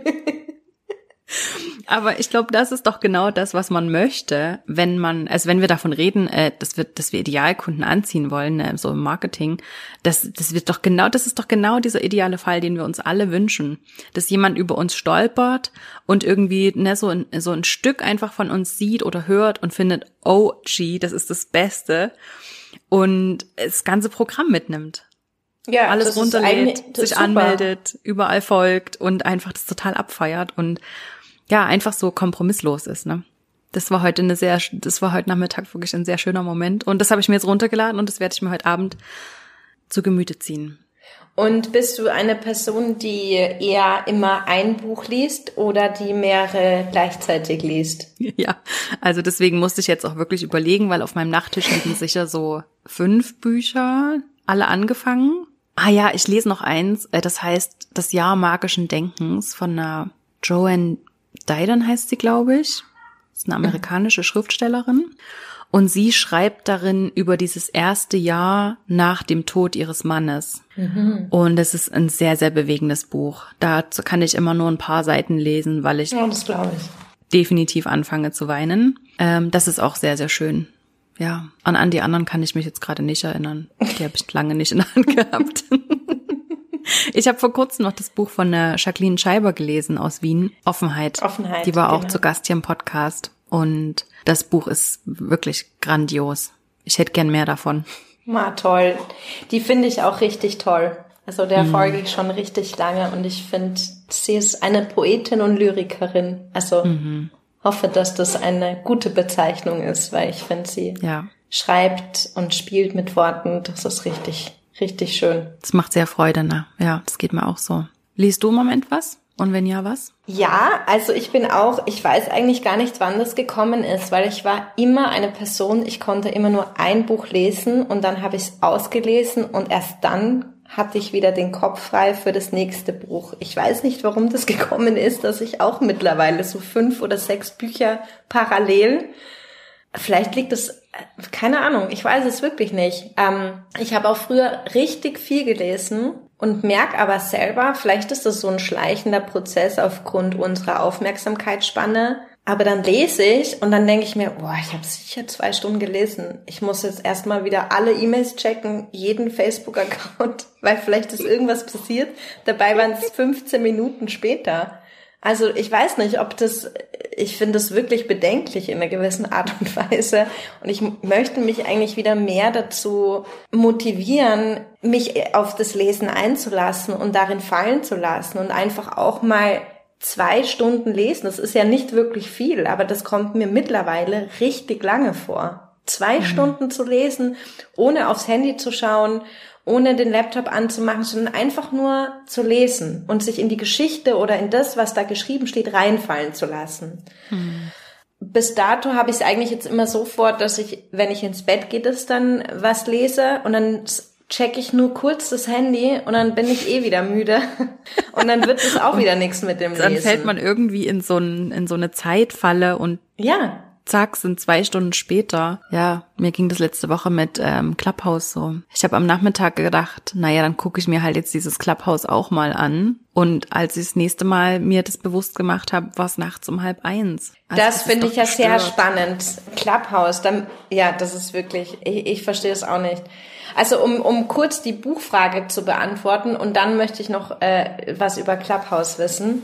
Aber ich glaube, das ist doch genau das, was man möchte, wenn wir davon reden, dass wir Idealkunden anziehen wollen, so im Marketing, das ist doch genau dieser ideale Fall, den wir uns alle wünschen, dass jemand über uns stolpert und irgendwie so ein Stück einfach von uns sieht oder hört und findet, oh, gee, das ist das Beste und das ganze Programm mitnimmt. Ja, alles runterlädt, sich anmeldet, überall folgt und einfach das total abfeiert und ja, einfach so kompromisslos ist, ne? Das war heute Nachmittag wirklich ein sehr schöner Moment und das habe ich mir jetzt runtergeladen und das werde ich mir heute Abend zu Gemüte ziehen. Und bist du eine Person, die eher immer ein Buch liest oder die mehrere gleichzeitig liest? Ja, also deswegen musste ich jetzt auch wirklich überlegen, weil auf meinem Nachttisch liegen sicher so 5 Bücher, alle angefangen. Ah ja, ich lese noch eins, das heißt Das Jahr magischen Denkens von einer Joanne Didion heißt sie, glaube ich. Das ist eine amerikanische Schriftstellerin. Und sie schreibt darin über dieses erste Jahr nach dem Tod ihres Mannes. Mhm. Und es ist ein sehr, sehr bewegendes Buch. Dazu kann ich immer nur ein paar Seiten lesen, weil ich das glaube ich definitiv anfange zu weinen. Das ist auch sehr, sehr schön. Ja, an die anderen kann ich mich jetzt gerade nicht erinnern. Die habe ich lange nicht in der Hand gehabt. Ich habe vor kurzem noch das Buch von der Jacqueline Scheiber gelesen aus Wien, Offenheit. Die war auch zu Gast hier im Podcast und das Buch ist wirklich grandios. Ich hätte gern mehr davon. Toll. Die finde ich auch richtig toll. Also der folge ich schon richtig lange und ich finde, sie ist eine Poetin und Lyrikerin. Also hoffe, dass das eine gute Bezeichnung ist, weil ich finde, sie schreibt und spielt mit Worten. Das ist richtig schön. Das macht sehr Freude, ne? Ja, das geht mir auch so. Liest du im Moment was? Und wenn ja, was? Ja, also ich weiß eigentlich gar nicht, wann das gekommen ist, weil ich war immer eine Person, ich konnte immer nur ein Buch lesen und dann habe ich es ausgelesen und erst dann hatte ich wieder den Kopf frei für das nächste Buch. Ich weiß nicht, warum das gekommen ist, dass ich auch mittlerweile so 5 oder 6 Bücher parallel. Vielleicht liegt es, keine Ahnung, ich weiß es wirklich nicht. Ich habe auch früher richtig viel gelesen und merke aber selber, vielleicht ist das so ein schleichender Prozess aufgrund unserer Aufmerksamkeitsspanne. Aber dann lese ich und dann denke ich mir, ich habe sicher 2 Stunden gelesen. Ich muss jetzt erstmal wieder alle E-Mails checken, jeden Facebook-Account, weil vielleicht ist irgendwas passiert. Dabei waren es 15 Minuten später. Also ich weiß nicht, ich finde das wirklich bedenklich in einer gewissen Art und Weise. Und ich möchte mich eigentlich wieder mehr dazu motivieren, mich auf das Lesen einzulassen und darin fallen zu lassen und einfach auch mal 2 Stunden lesen. Das ist ja nicht wirklich viel, aber das kommt mir mittlerweile richtig lange vor. 2 Stunden zu lesen, ohne aufs Handy zu schauen, ohne den Laptop anzumachen, sondern einfach nur zu lesen und sich in die Geschichte oder in das, was da geschrieben steht, reinfallen zu lassen. Bis dato habe ich es eigentlich jetzt immer so vor, dass ich, wenn ich ins Bett gehe, das dann was lese und dann checke ich nur kurz das Handy und dann bin ich wieder müde und dann wird es auch wieder nichts mit dem Lesen. Dann fällt man irgendwie in so eine Zeitfalle und ja. Zack, sind 2 Stunden später. Ja, mir ging das letzte Woche mit Clubhouse so. Ich habe am Nachmittag gedacht, naja, dann gucke ich mir halt jetzt dieses Clubhouse auch mal an. Und als ich das nächste Mal mir das bewusst gemacht habe, war es nachts um 12:30. Also das finde ich ja sehr spannend. Clubhouse, dann, ja, das ist wirklich, ich verstehe es auch nicht. Also um kurz die Buchfrage zu beantworten und dann möchte ich noch was über Clubhouse wissen.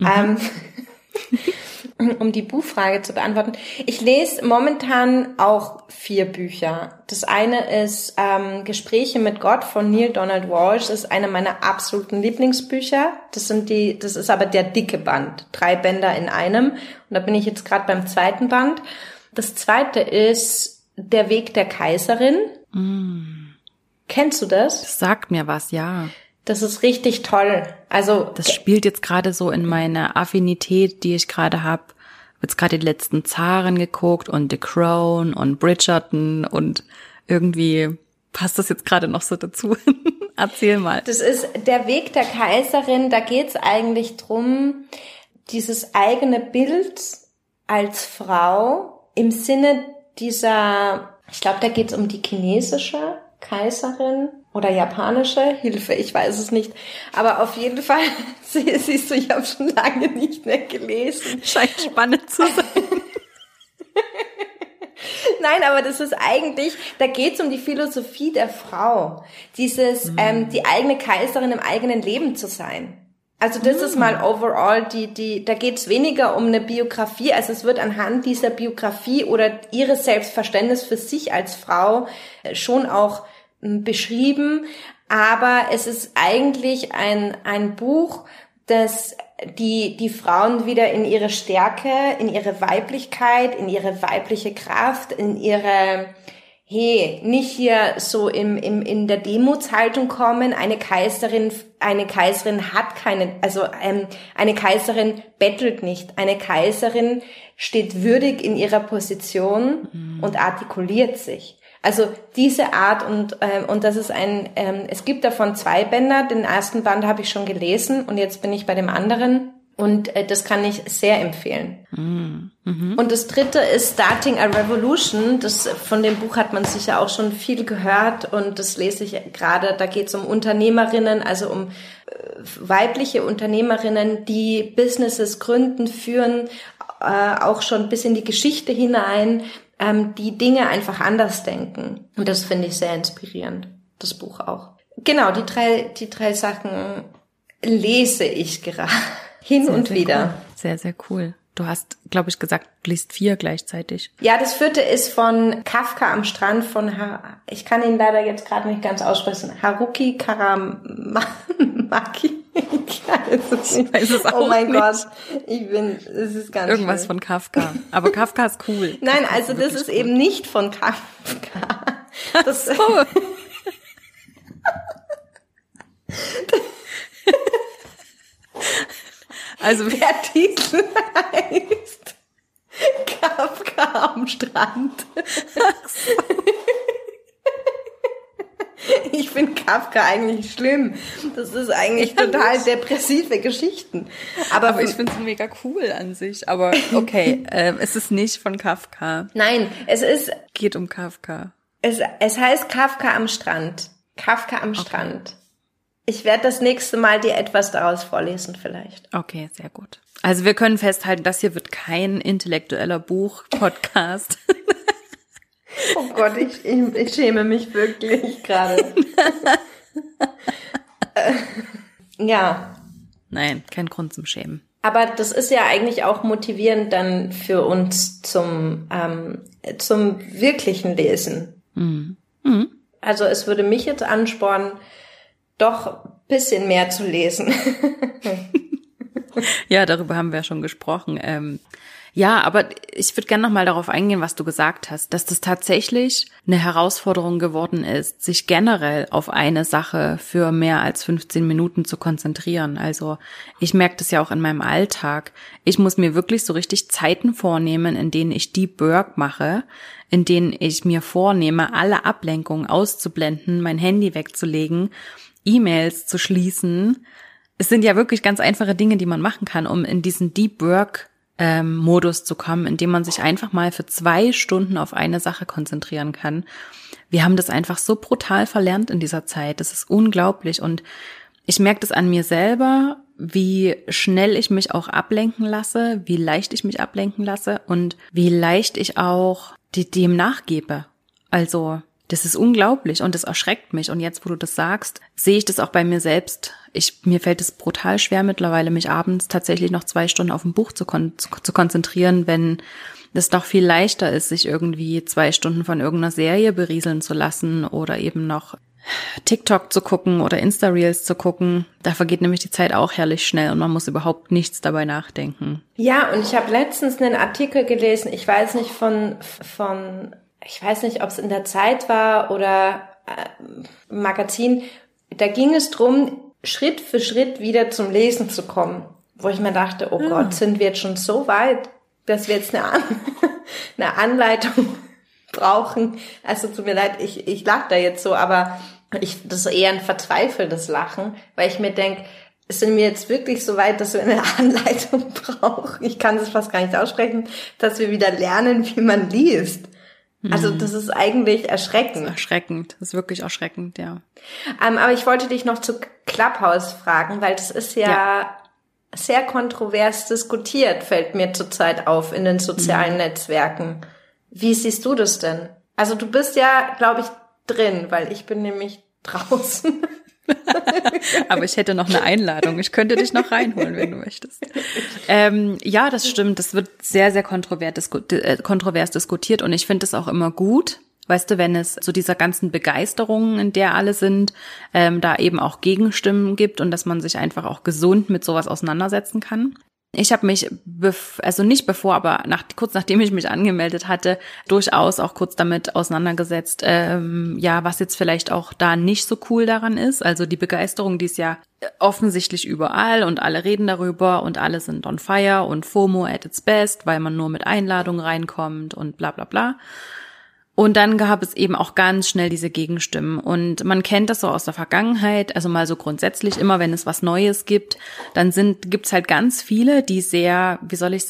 Um die Buchfrage zu beantworten. Ich lese momentan auch 4 Bücher. Das eine ist Gespräche mit Gott von Neale Donald Walsch. Das ist einer meiner absoluten Lieblingsbücher. Das ist aber der dicke Band. 3 Bänder in einem. Und da bin ich jetzt gerade beim 2. Band. Das zweite ist Der Weg der Kaiserin. Kennst du das? Das sagt mir was, ja. Das ist richtig toll. Also das spielt jetzt gerade so in meine Affinität, die ich gerade habe. Jetzt gerade die letzten Zaren geguckt und The Crown und Bridgerton und irgendwie passt das jetzt gerade noch so dazu. Erzähl mal. Das ist Der Weg der Kaiserin. Da geht's eigentlich drum, dieses eigene Bild als Frau im Sinne dieser, ich glaube, da geht's um die chinesische Kaiserin oder japanische, Hilfe, ich weiß es nicht. Aber auf jeden Fall, siehst du, ich habe schon lange nicht mehr gelesen. Scheint spannend zu sein. Nein, aber das ist eigentlich, da geht's um die Philosophie der Frau. Dieses, die eigene Kaiserin im eigenen Leben zu sein. Also das ist mal overall, da geht's weniger um eine Biografie, also es wird anhand dieser Biografie oder ihres Selbstverständnis für sich als Frau schon auch beschrieben, aber es ist eigentlich ein Buch, das die Frauen wieder in ihre Stärke, in ihre Weiblichkeit, in ihre weibliche Kraft, in ihre nicht hier so in der Demutshaltung kommen. Eine Kaiserin hat eine Kaiserin bettelt nicht. Eine Kaiserin steht würdig in ihrer Position und artikuliert sich. Also diese Art und das ist es gibt davon 2 Bänder. Den ersten Band habe ich schon gelesen und jetzt bin ich bei dem anderen. Und das kann ich sehr empfehlen. Und das dritte ist Starting a Revolution. Von dem Buch hat man sicher auch schon viel gehört und das lese ich gerade. Da geht es um Unternehmerinnen, also um weibliche Unternehmerinnen, die Businesses gründen, führen, auch schon bis in die Geschichte hinein, die Dinge einfach anders denken. Und das finde ich sehr inspirierend, das Buch auch. Genau, die drei Sachen lese ich gerade. Hin und wieder. Cool. Sehr, sehr cool. Du hast, glaube ich, gesagt, du liest 4 gleichzeitig. Ja, das 4. ist von Kafka am Strand von ich kann ihn leider jetzt gerade nicht ganz aussprechen. Haruki Karamaki. Ich weiß es auch nicht. Gott. Es ist ganz irgendwas schön. Von Kafka. Aber Kafka ist cool. Nein, also das ist eben nicht von Kafka. Das so. Also der Titel heißt Kafka am Strand. So. Ich finde Kafka eigentlich schlimm. Das ist eigentlich total depressive Geschichten. Aber ich finde es mega cool an sich. Aber okay, es ist nicht von Kafka. Nein, geht um Kafka. Es heißt Kafka am Strand. Kafka am Strand. Ich werde das nächste Mal dir etwas daraus vorlesen vielleicht. Okay, sehr gut. Also wir können festhalten, das hier wird kein intellektueller Buch-Podcast. Oh Gott, ich schäme mich wirklich gerade. Ja. Nein, kein Grund zum Schämen. Aber das ist ja eigentlich auch motivierend dann für uns zum wirklichen Lesen. Mhm. Mhm. Also es würde mich jetzt anspornen, doch ein bisschen mehr zu lesen. Ja, darüber haben wir ja schon gesprochen. Ja, aber ich würde gerne nochmal darauf eingehen, was du gesagt hast, dass das tatsächlich eine Herausforderung geworden ist, sich generell auf eine Sache für mehr als 15 Minuten zu konzentrieren. Also ich merke das ja auch in meinem Alltag. Ich muss mir wirklich so richtig Zeiten vornehmen, in denen ich Deep Work mache, in denen ich mir vornehme, alle Ablenkungen auszublenden, mein Handy wegzulegen, E-Mails zu schließen. Es sind ja wirklich ganz einfache Dinge, die man machen kann, um in diesen Deep Work Modus zu kommen, in dem man sich einfach mal für 2 Stunden auf eine Sache konzentrieren kann. Wir haben das einfach so brutal verlernt in dieser Zeit. Das ist unglaublich. Und ich merke das an mir selber, wie schnell ich mich auch ablenken lasse, wie leicht ich mich ablenken lasse und wie leicht ich auch dem nachgebe. Also das ist unglaublich und das erschreckt mich. Und jetzt, wo du das sagst, sehe ich das auch bei mir selbst. Mir fällt es brutal schwer mittlerweile, mich abends tatsächlich noch 2 Stunden auf ein Buch zu konzentrieren, wenn es doch viel leichter ist, sich irgendwie 2 Stunden von irgendeiner Serie berieseln zu lassen oder eben noch TikTok zu gucken oder Insta-Reels zu gucken. Da vergeht nämlich die Zeit auch herrlich schnell und man muss überhaupt nichts dabei nachdenken. Ja, und ich habe letztens einen Artikel gelesen, ich weiß nicht ich weiß nicht, ob es in der Zeit war oder Magazin, da ging es drum, Schritt für Schritt wieder zum Lesen zu kommen. Wo ich mir dachte, oh Gott, sind wir jetzt schon so weit, dass wir jetzt eine Anleitung brauchen. Also tut mir leid, ich lache da jetzt so, aber das ist eher ein verzweifeltes Lachen, weil ich mir denke, sind wir jetzt wirklich so weit, dass wir eine Anleitung brauchen? Ich kann das fast gar nicht aussprechen, dass wir wieder lernen, wie man liest. Also das ist eigentlich erschreckend. Das ist erschreckend, das ist wirklich erschreckend, ja. Aber ich wollte dich noch zu Clubhouse fragen, weil das ist ja sehr kontrovers diskutiert, fällt mir zurzeit auf in den sozialen Netzwerken. Wie siehst du das denn? Also du bist ja, glaube ich, drin, weil ich bin nämlich draußen. Aber ich hätte noch eine Einladung. Ich könnte dich noch reinholen, wenn du möchtest. Ja, das stimmt. Das wird sehr, sehr kontrovers diskutiert und ich finde es auch immer gut. Weißt du, wenn es so dieser ganzen Begeisterung, in der alle sind, da eben auch Gegenstimmen gibt und dass man sich einfach auch gesund mit sowas auseinandersetzen kann. Ich habe mich, kurz nachdem ich mich angemeldet hatte, durchaus auch kurz damit auseinandergesetzt, was jetzt vielleicht auch da nicht so cool daran ist. Also die Begeisterung, die ist ja offensichtlich überall und alle reden darüber und alle sind on fire und FOMO at its best, weil man nur mit Einladungen reinkommt und bla bla bla. Und dann gab es eben auch ganz schnell diese Gegenstimmen. Und man kennt das so aus der Vergangenheit, also mal so grundsätzlich, immer wenn es was Neues gibt, dann gibt's halt ganz viele, die sehr,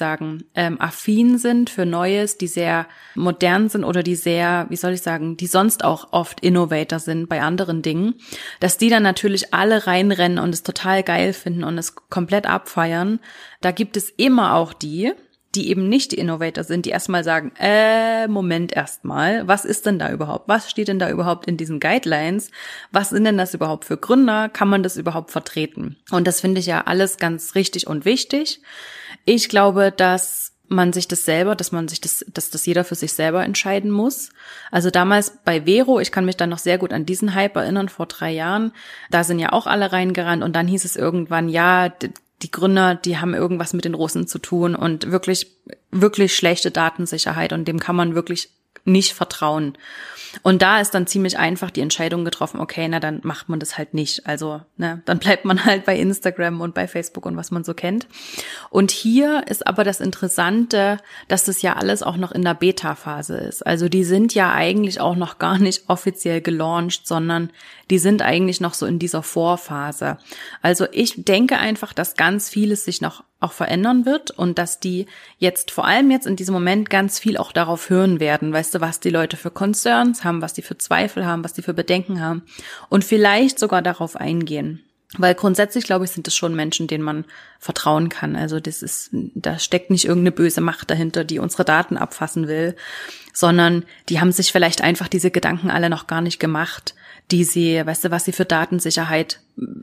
affin sind für Neues, die sehr modern sind oder die sehr, die sonst auch oft Innovator sind bei anderen Dingen, dass die dann natürlich alle reinrennen und es total geil finden und es komplett abfeiern. Da gibt es immer auch die eben nicht die Innovator sind, die erstmal sagen, Moment erstmal, was ist denn da überhaupt? Was steht denn da überhaupt in diesen Guidelines? Was sind denn das überhaupt für Gründer? Kann man das überhaupt vertreten? Und das finde ich ja alles ganz richtig und wichtig. Ich glaube, dass das jeder für sich selber entscheiden muss. Also damals bei Vero, ich kann mich dann noch sehr gut an diesen Hype erinnern, vor 3 Jahren, da sind ja auch alle reingerannt und dann hieß es irgendwann, ja, die Gründer, die haben irgendwas mit den Russen zu tun und wirklich, wirklich schlechte Datensicherheit und dem kann man wirklich nicht vertrauen. Und da ist dann ziemlich einfach die Entscheidung getroffen, okay, na dann macht man das halt nicht. Also, dann bleibt man halt bei Instagram und bei Facebook und was man so kennt. Und hier ist aber das Interessante, dass das ja alles auch noch in der Beta-Phase ist. Also die sind ja eigentlich auch noch gar nicht offiziell gelauncht, sondern die sind eigentlich noch so in dieser Vorphase. Also ich denke einfach, dass ganz vieles sich noch auch verändern wird und dass die vor allem jetzt in diesem Moment ganz viel auch darauf hören werden, weißt du, was die Leute für Concerns haben, was die für Zweifel haben, was die für Bedenken haben und vielleicht sogar darauf eingehen. Weil grundsätzlich, glaube ich, sind es schon Menschen, denen man vertrauen kann. Also da steckt nicht irgendeine böse Macht dahinter, die unsere Daten abfassen will, sondern die haben sich vielleicht einfach diese Gedanken alle noch gar nicht gemacht. die sie, weißt du, was sie für Datensicherheit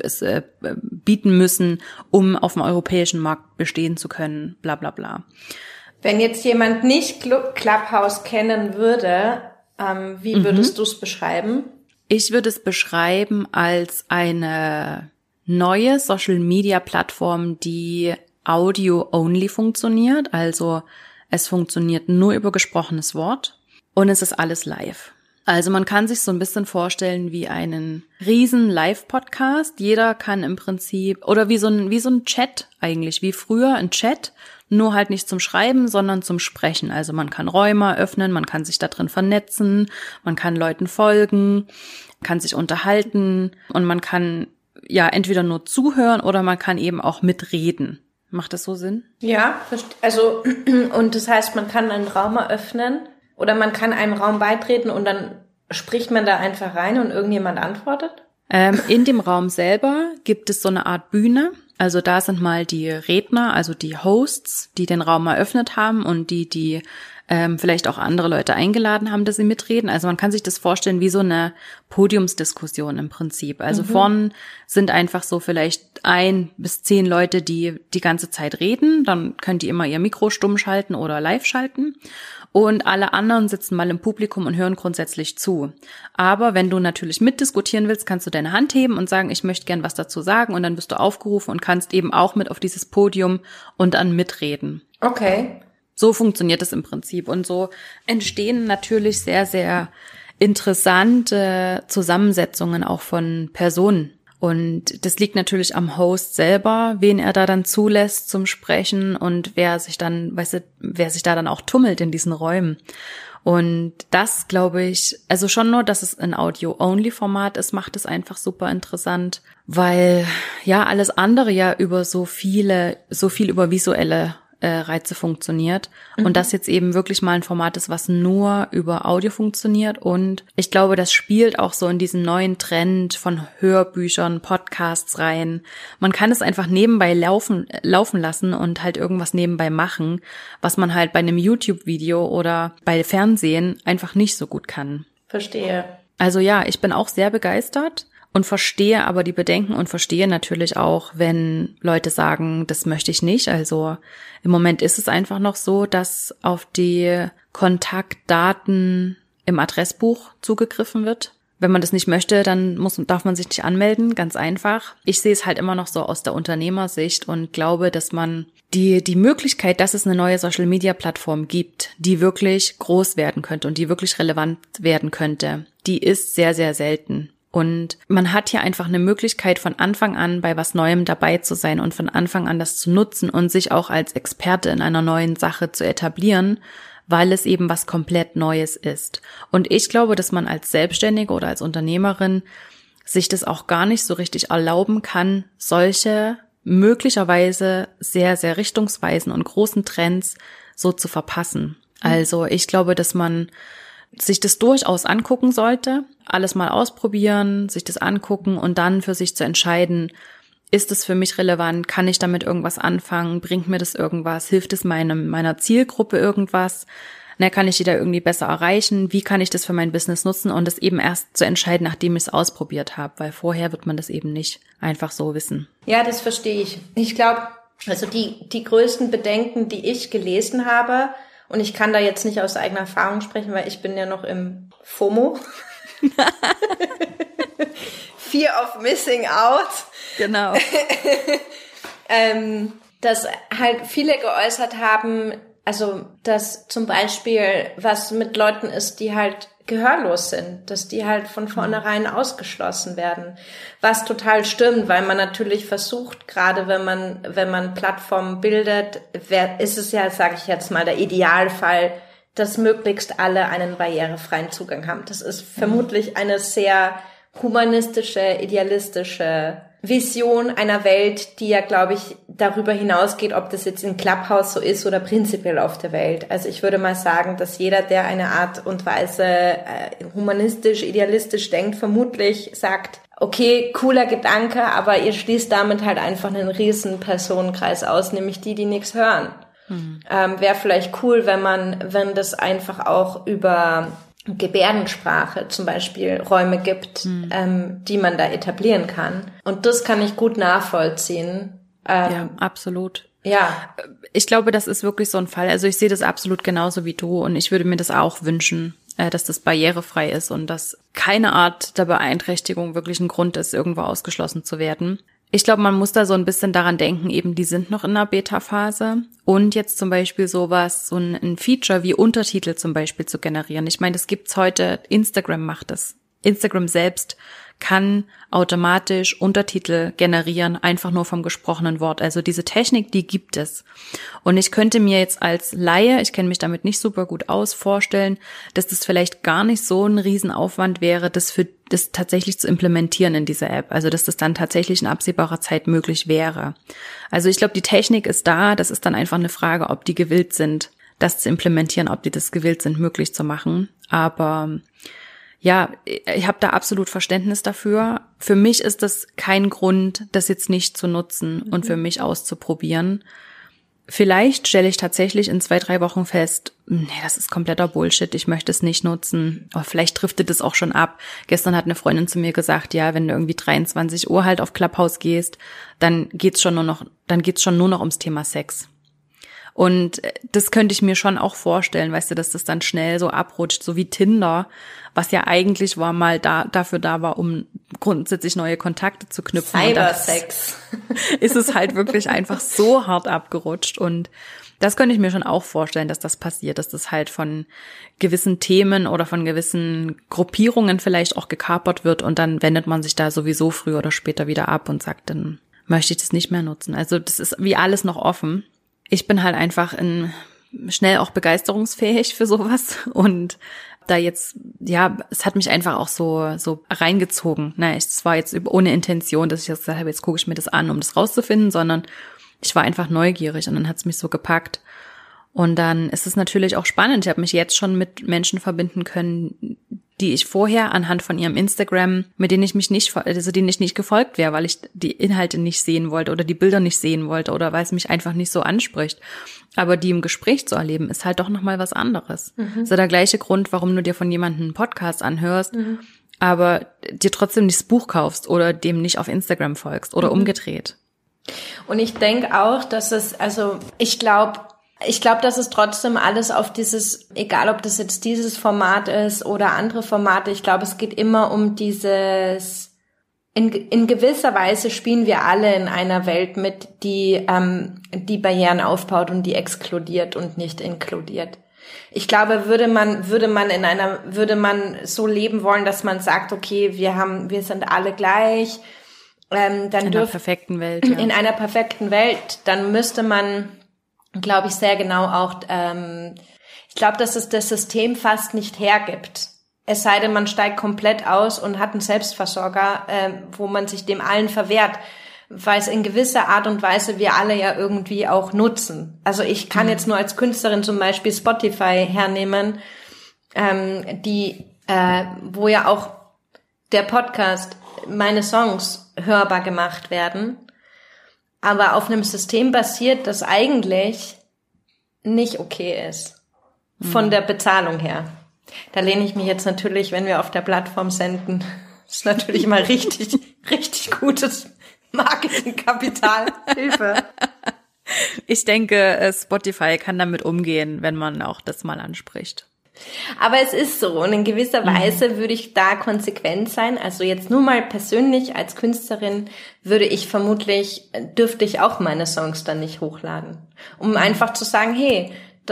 bieten müssen, um auf dem europäischen Markt bestehen zu können, bla bla bla. Wenn jetzt jemand nicht Clubhouse kennen würde, wie würdest du es beschreiben? Ich würde es beschreiben als eine neue Social-Media-Plattform, die Audio-only funktioniert. Also es funktioniert nur über gesprochenes Wort und es ist alles live. Also man kann sich so ein bisschen vorstellen wie einen riesen Live-Podcast. Jeder kann im Prinzip, oder wie so ein Chat eigentlich, wie früher ein Chat, nur halt nicht zum Schreiben, sondern zum Sprechen. Also man kann Räume öffnen, man kann sich da drin vernetzen, man kann Leuten folgen, kann sich unterhalten und man kann ja entweder nur zuhören oder man kann eben auch mitreden. Macht das so Sinn? Ja, also und das heißt, man kann einen Raum eröffnen oder man kann einem Raum beitreten und dann spricht man da einfach rein und irgendjemand antwortet? In dem Raum selber gibt es so eine Art Bühne. Also da sind mal die Redner, also die Hosts, die den Raum eröffnet haben und die vielleicht auch andere Leute eingeladen haben, dass sie mitreden. Also man kann sich das vorstellen wie so eine Podiumsdiskussion im Prinzip. Also vorn sind einfach so vielleicht 1 bis 10 Leute, die die ganze Zeit reden. Dann können die immer ihr Mikro stumm schalten oder live schalten. Und alle anderen sitzen mal im Publikum und hören grundsätzlich zu. Aber wenn du natürlich mitdiskutieren willst, kannst du deine Hand heben und sagen, ich möchte gern was dazu sagen. Und dann bist du aufgerufen und kannst eben auch mit auf dieses Podium und dann mitreden. Okay. So funktioniert es im Prinzip. Und so entstehen natürlich sehr, sehr interessante Zusammensetzungen auch von Personen. Und das liegt natürlich am Host selber, wen er da dann zulässt zum Sprechen und wer sich da dann auch tummelt in diesen Räumen. Und das, glaube ich, also schon nur, dass es ein Audio-Only-Format ist, macht es einfach super interessant, weil ja alles andere ja über so viel über visuelle Reize funktioniert und das jetzt eben wirklich mal ein Format ist, was nur über Audio funktioniert und ich glaube, das spielt auch so in diesen neuen Trend von Hörbüchern, Podcasts rein. Man kann es einfach nebenbei laufen lassen und halt irgendwas nebenbei machen, was man halt bei einem YouTube-Video oder bei Fernsehen einfach nicht so gut kann. Verstehe. Also ja, ich bin auch sehr begeistert. Und verstehe aber die Bedenken und verstehe natürlich auch, wenn Leute sagen, das möchte ich nicht. Also im Moment ist es einfach noch so, dass auf die Kontaktdaten im Adressbuch zugegriffen wird. Wenn man das nicht möchte, dann darf man sich nicht anmelden, ganz einfach. Ich sehe es halt immer noch so aus der Unternehmersicht und glaube, dass man die Möglichkeit, dass es eine neue Social-Media-Plattform gibt, die wirklich groß werden könnte und die wirklich relevant werden könnte, die ist sehr, sehr selten. Und man hat hier einfach eine Möglichkeit, von Anfang an bei was Neuem dabei zu sein und von Anfang an das zu nutzen und sich auch als Experte in einer neuen Sache zu etablieren, weil es eben was komplett Neues ist. Und ich glaube, dass man als Selbstständige oder als Unternehmerin sich das auch gar nicht so richtig erlauben kann, solche möglicherweise sehr, sehr richtungsweisen und großen Trends so zu verpassen. Also ich glaube, dass man sich das durchaus angucken sollte, alles mal ausprobieren, sich das angucken und dann für sich zu entscheiden, ist es für mich relevant, kann ich damit irgendwas anfangen, bringt mir das irgendwas, hilft es meiner Zielgruppe irgendwas, kann ich die da irgendwie besser erreichen, wie kann ich das für mein Business nutzen und das eben erst zu entscheiden, nachdem ich es ausprobiert habe, weil vorher wird man das eben nicht einfach so wissen. Ja, das verstehe ich. Ich glaube, also die größten Bedenken, die ich gelesen habe, und ich kann da jetzt nicht aus eigener Erfahrung sprechen, weil ich bin ja noch im FOMO. Fear of Missing Out. Genau. Dass halt viele geäußert haben, also dass zum Beispiel was mit Leuten ist, die halt gehörlos sind, dass die halt von vornherein ausgeschlossen werden. Was total stimmt, weil man natürlich versucht, gerade wenn man Plattformen bildet, ist es ja, sage ich jetzt mal, der Idealfall, dass möglichst alle einen barrierefreien Zugang haben. Das ist vermutlich eine sehr humanistische, idealistische Vision einer Welt, die ja, glaube ich, darüber hinausgeht, ob das jetzt in Clubhouse so ist oder prinzipiell auf der Welt. Also ich würde mal sagen, dass jeder, der eine Art und Weise humanistisch, idealistisch denkt, vermutlich sagt, okay, cooler Gedanke, aber ihr schließt damit halt einfach einen riesen Personenkreis aus, nämlich die nichts hören. Wäre vielleicht cool, wenn das einfach auch über Gebärdensprache zum Beispiel Räume gibt, die man da etablieren kann. Und das kann ich gut nachvollziehen. Ja, absolut. Ja. Ich glaube, das ist wirklich so ein Fall. Also ich sehe das absolut genauso wie du und ich würde mir das auch wünschen, dass das barrierefrei ist und dass keine Art der Beeinträchtigung wirklich ein Grund ist, irgendwo ausgeschlossen zu werden. Ich glaube, man muss da so ein bisschen daran denken, eben die sind noch in der Beta-Phase und jetzt zum Beispiel sowas, so ein Feature wie Untertitel zum Beispiel zu generieren. Ich meine, das gibt's heute, Instagram macht das. Instagram selbst kann automatisch Untertitel generieren, einfach nur vom gesprochenen Wort. Also diese Technik, die gibt es. Und ich könnte mir jetzt als Laie, ich kenne mich damit nicht super gut aus, vorstellen, dass das vielleicht gar nicht so ein Riesenaufwand wäre, das tatsächlich zu implementieren in dieser App. Also dass das dann tatsächlich in absehbarer Zeit möglich wäre. Also ich glaube, die Technik ist da. Das ist dann einfach eine Frage, ob die gewillt sind, das zu implementieren, ob die das gewillt sind, möglich zu machen. Aber ja, ich habe da absolut Verständnis dafür. Für mich ist das kein Grund, das jetzt nicht zu nutzen und für mich auszuprobieren. Vielleicht stelle ich tatsächlich in 2-3 Wochen fest, nee, das ist kompletter Bullshit, ich möchte es nicht nutzen. Aber vielleicht driftet es auch schon ab. Gestern hat eine Freundin zu mir gesagt, ja, wenn du irgendwie 23 Uhr halt auf Clubhouse gehst, dann geht's schon nur noch ums Thema Sex. Und das könnte ich mir schon auch vorstellen, weißt du, dass das dann schnell so abrutscht, so wie Tinder, was ja eigentlich dafür da war, um grundsätzlich neue Kontakte zu knüpfen. Cybersex. Ist es halt wirklich einfach so hart abgerutscht und das könnte ich mir schon auch vorstellen, dass das passiert, dass das halt von gewissen Themen oder von gewissen Gruppierungen vielleicht auch gekapert wird und dann wendet man sich da sowieso früher oder später wieder ab und sagt, dann möchte ich das nicht mehr nutzen. Also das ist wie alles noch offen. Ich bin halt einfach schnell auch begeisterungsfähig für sowas und da jetzt, ja, es hat mich einfach auch so reingezogen. Es war jetzt ohne Intention, dass ich jetzt gesagt habe, jetzt gucke ich mir das an, um das rauszufinden, sondern ich war einfach neugierig und dann hat es mich so gepackt. Und dann ist es natürlich auch spannend. Ich habe mich jetzt schon mit Menschen verbinden können, die ich vorher anhand von ihrem Instagram, denen ich nicht gefolgt wäre, weil ich die Inhalte nicht sehen wollte oder die Bilder nicht sehen wollte oder weil es mich einfach nicht so anspricht. Aber die im Gespräch zu erleben, ist halt doch nochmal was anderes. Das ist ja der gleiche Grund, warum du dir von jemandem einen Podcast anhörst, aber dir trotzdem nicht das Buch kaufst oder dem nicht auf Instagram folgst oder umgedreht. Und ich denke auch, dass ich glaube, dass es trotzdem alles auf dieses, egal ob das jetzt dieses Format ist oder andere Formate, ich glaube, es geht immer um dieses, in gewisser Weise spielen wir alle in einer Welt mit, die Barrieren aufbaut und die exkludiert und nicht inkludiert. Ich glaube, würde man so leben wollen, dass man sagt, okay, wir sind alle gleich, dann in einer perfekten Welt, ja. In einer perfekten Welt, dann müsste man, glaube ich, sehr genau auch, ich glaube, dass es das System fast nicht hergibt. Es sei denn, man steigt komplett aus und hat einen Selbstversorger, wo man sich dem allen verwehrt, weil es in gewisser Art und Weise wir alle ja irgendwie auch nutzen. Also ich kann jetzt nur als Künstlerin zum Beispiel Spotify hernehmen, wo ja auch der Podcast, meine Songs hörbar gemacht werden, aber auf einem System basiert, das eigentlich nicht okay ist. Von der Bezahlung her. Da lehne ich mich jetzt natürlich, wenn wir auf der Plattform senden, ist natürlich immer richtig, richtig gutes Marketingkapital. Hilfe. Ich denke, Spotify kann damit umgehen, wenn man auch das mal anspricht. Aber es ist so und in gewisser Weise würde ich da konsequent sein. Also jetzt nur mal persönlich als Künstlerin dürfte ich auch meine Songs dann nicht hochladen. Um einfach zu sagen, hey,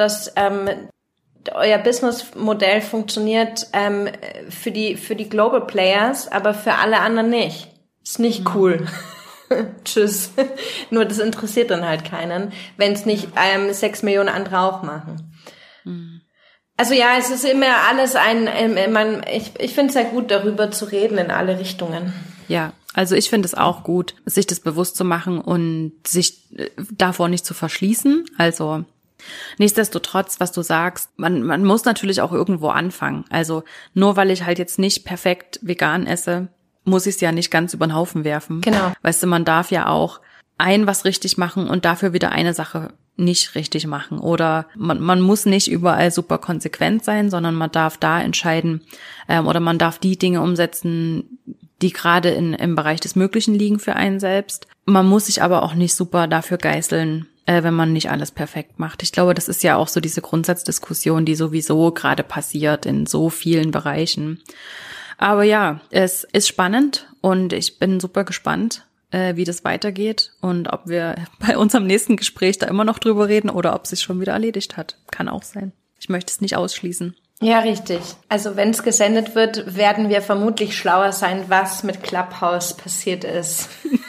euer Businessmodell funktioniert für die Global Players, aber für alle anderen nicht. Ist nicht cool. Tschüss. Nur das interessiert dann halt keinen, wenn es nicht 6 Millionen andere auch machen. Also ja, es ist immer alles ich finde es ja gut, darüber zu reden in alle Richtungen. Ja, also ich finde es auch gut, sich das bewusst zu machen und sich davor nicht zu verschließen. Also nichtsdestotrotz, was du sagst, man muss natürlich auch irgendwo anfangen. Also nur weil ich halt jetzt nicht perfekt vegan esse, muss ich es ja nicht ganz über den Haufen werfen. Genau. Weißt du, man darf ja auch was richtig machen und dafür wieder eine Sache nicht richtig machen. Oder man muss nicht überall super konsequent sein, sondern man darf da entscheiden oder man darf die Dinge umsetzen, die gerade im Bereich des Möglichen liegen für einen selbst. Man muss sich aber auch nicht super dafür geißeln, wenn man nicht alles perfekt macht. Ich glaube, das ist ja auch so diese Grundsatzdiskussion, die sowieso gerade passiert in so vielen Bereichen. Aber ja, es ist spannend und ich bin super gespannt, wie das weitergeht und ob wir bei unserem nächsten Gespräch da immer noch drüber reden oder ob es sich schon wieder erledigt hat. Kann auch sein. Ich möchte es nicht ausschließen. Ja, richtig. Also wenn es gesendet wird, werden wir vermutlich schlauer sein, was mit Clubhouse passiert ist.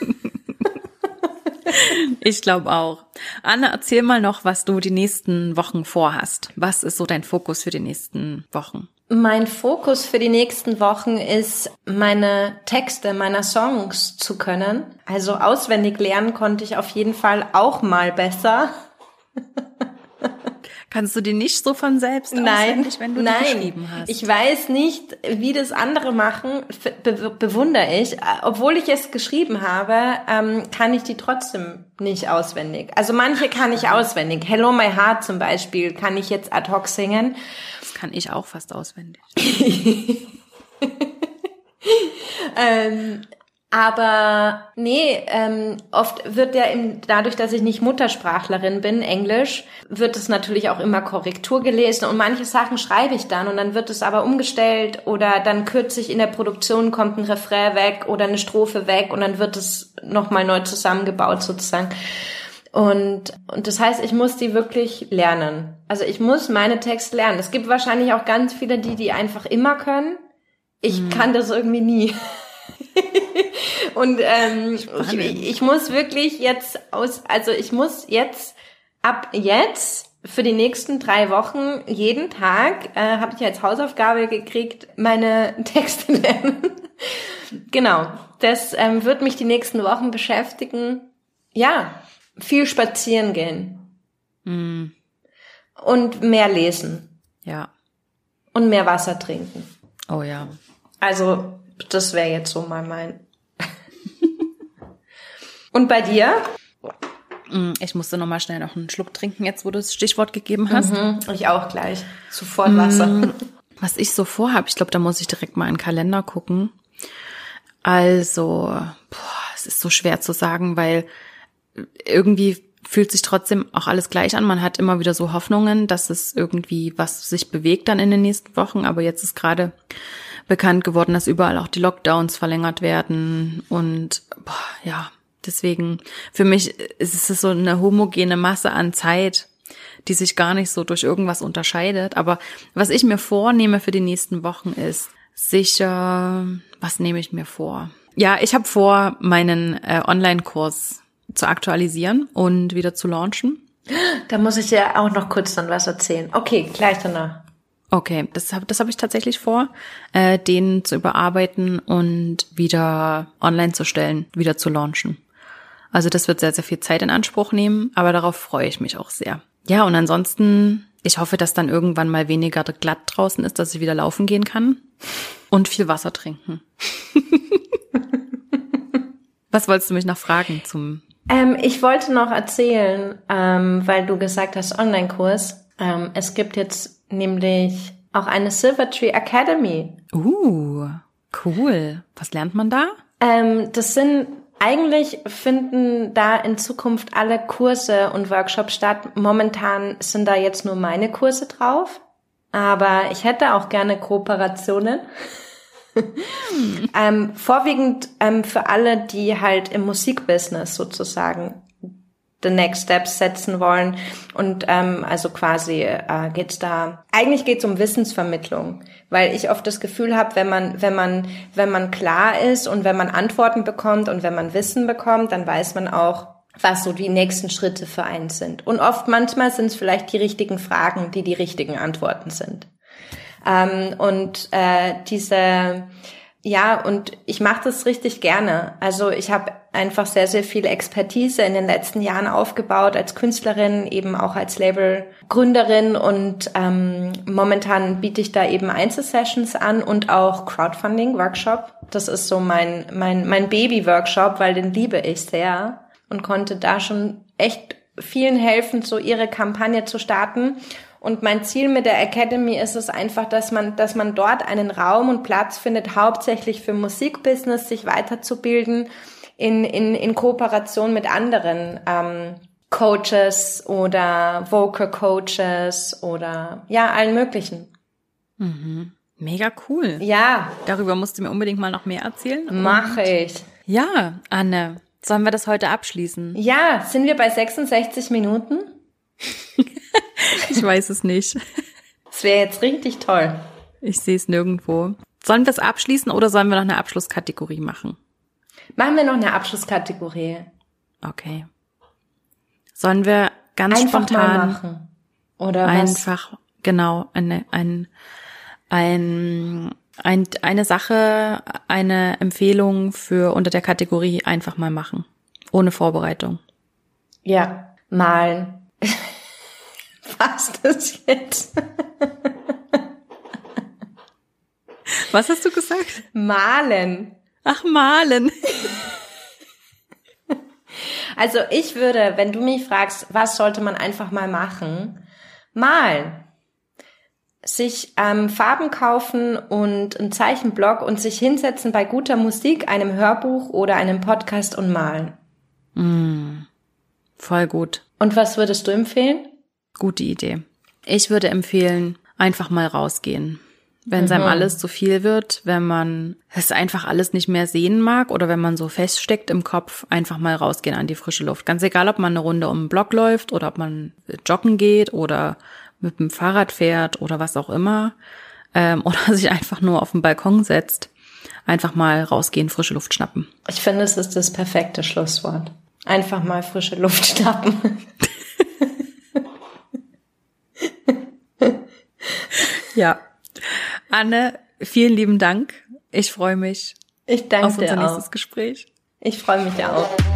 Ich glaube auch. Anne, erzähl mal noch, was du die nächsten Wochen vorhast. Was ist so dein Fokus für die nächsten Wochen? Mein Fokus für die nächsten Wochen ist, meine Texte meiner Songs zu können. Also auswendig lernen konnte ich auf jeden Fall auch mal besser. Kannst du die nicht so von selbst auswendig, wenn du die geschrieben hast? Ich weiß nicht, wie das andere machen, bewundere ich. Obwohl ich es geschrieben habe, kann ich die trotzdem nicht auswendig. Also manche kann ich auswendig. Hello My Heart zum Beispiel kann ich jetzt ad hoc singen. Das kann ich auch fast auswendig. Aber nee, oft wird ja dadurch, dass ich nicht Muttersprachlerin bin, Englisch, wird es natürlich auch immer Korrektur gelesen und manche Sachen schreibe ich dann und dann wird es aber umgestellt oder dann kürzlich in der Produktion kommt ein Refrain weg oder eine Strophe weg und dann wird es nochmal neu zusammengebaut sozusagen. Und das heißt, ich muss die wirklich lernen. Also ich muss meine Texte lernen. Es gibt wahrscheinlich auch ganz viele, die einfach immer können. Ich kann das irgendwie nie. Und ich muss wirklich ab jetzt für die nächsten 3 Wochen jeden Tag, habe ich als Hausaufgabe gekriegt, meine Texte lernen. Genau, das wird mich die nächsten Wochen beschäftigen. Ja, viel spazieren gehen. Und mehr lesen. Ja. Und mehr Wasser trinken. Oh ja. Also das wäre jetzt so mal mein. Und bei dir? Ich musste noch mal schnell noch einen Schluck trinken, jetzt wo du das Stichwort gegeben hast. Ich auch gleich. Sofort Wasser. Was ich so vorhabe, ich glaube, da muss ich direkt mal in den Kalender gucken. Also, es ist so schwer zu sagen, weil irgendwie fühlt sich trotzdem auch alles gleich an. Man hat immer wieder so Hoffnungen, dass es irgendwie was sich bewegt dann in den nächsten Wochen. Aber jetzt ist gerade bekannt geworden, dass überall auch die Lockdowns verlängert werden. Und ja, deswegen für mich ist es so eine homogene Masse an Zeit, die sich gar nicht so durch irgendwas unterscheidet. Aber was ich mir vornehme für die nächsten Wochen ist sicher, was nehme ich mir vor? Ja, ich habe vor, meinen Online-Kurs zu aktualisieren und wieder zu launchen. Da muss ich dir auch noch kurz dann was erzählen. Okay, gleich danach. Okay, das hab ich tatsächlich vor, den zu überarbeiten und wieder online zu stellen, wieder zu launchen. Also das wird sehr, sehr viel Zeit in Anspruch nehmen, aber darauf freue ich mich auch sehr. Ja, und ansonsten, ich hoffe, dass dann irgendwann mal weniger glatt draußen ist, dass ich wieder laufen gehen kann und viel Wasser trinken. Was wolltest du mich noch fragen zum... Ich wollte noch erzählen, weil du gesagt hast, Online-Kurs. Es gibt jetzt nämlich auch eine Silvertree Academy. Cool. Was lernt man da? Eigentlich finden da in Zukunft alle Kurse und Workshops statt. Momentan sind da jetzt nur meine Kurse drauf. Aber ich hätte auch gerne Kooperationen. Vorwiegend für alle, die halt im Musikbusiness sozusagen the next steps setzen wollen. Und also quasi geht's um Wissensvermittlung, weil ich oft das Gefühl habe, wenn man klar ist und wenn man Antworten bekommt und wenn man Wissen bekommt, dann weiß man auch, was so die nächsten Schritte für einen sind. Und manchmal sind es vielleicht die richtigen Fragen, die richtigen Antworten sind. Und ich mache das richtig gerne. Also ich habe einfach sehr, sehr viel Expertise in den letzten Jahren aufgebaut als Künstlerin, eben auch als Labelgründerin und momentan biete ich da eben Einzelsessions an und auch Crowdfunding-Workshop. Das ist so mein Baby-Workshop, weil den liebe ich sehr und konnte da schon echt vielen helfen, so ihre Kampagne zu starten. Und mein Ziel mit der Academy ist es einfach, dass man dort einen Raum und Platz findet, hauptsächlich für Musikbusiness, sich weiterzubilden, in Kooperation mit anderen Coaches oder Vocal Coaches oder ja, allen möglichen. Mhm. Mega cool. Ja. Darüber musst du mir unbedingt mal noch mehr erzählen. Mache ich. Ja, Anne, sollen wir das heute abschließen? Ja, sind wir bei 66 Minuten? Ich weiß es nicht. Das wäre jetzt richtig toll. Ich sehe es nirgendwo. Sollen wir es abschließen oder sollen wir noch eine Abschlusskategorie machen? Machen wir noch eine Abschlusskategorie. Okay. Sollen wir ganz einfach spontan mal machen? Oder einfach, was? Genau, eine Sache, eine Empfehlung für unter der Kategorie einfach mal machen. Ohne Vorbereitung. Ja, malen. Was das jetzt? Was hast du gesagt? Malen. Ach, malen. Also ich würde, wenn du mich fragst, was sollte man einfach mal machen? Malen. Sich Farben kaufen und einen Zeichenblock und sich hinsetzen bei guter Musik, einem Hörbuch oder einem Podcast und malen. Voll gut. Und was würdest du empfehlen? Gute Idee. Ich würde empfehlen, einfach mal rausgehen. Wenn es einem alles zu viel wird, wenn man es einfach alles nicht mehr sehen mag oder wenn man so feststeckt im Kopf, einfach mal rausgehen an die frische Luft. Ganz egal, ob man eine Runde um den Block läuft oder ob man joggen geht oder mit dem Fahrrad fährt oder was auch immer. Oder sich einfach nur auf den Balkon setzt. Einfach mal rausgehen, frische Luft schnappen. Ich finde, es ist das perfekte Schlusswort. Einfach mal frische Luft schnappen. Ja. Anne, vielen lieben Dank. Ich freue mich Ich danke auf unser dir nächstes auch. Gespräch. Ich freue mich auch.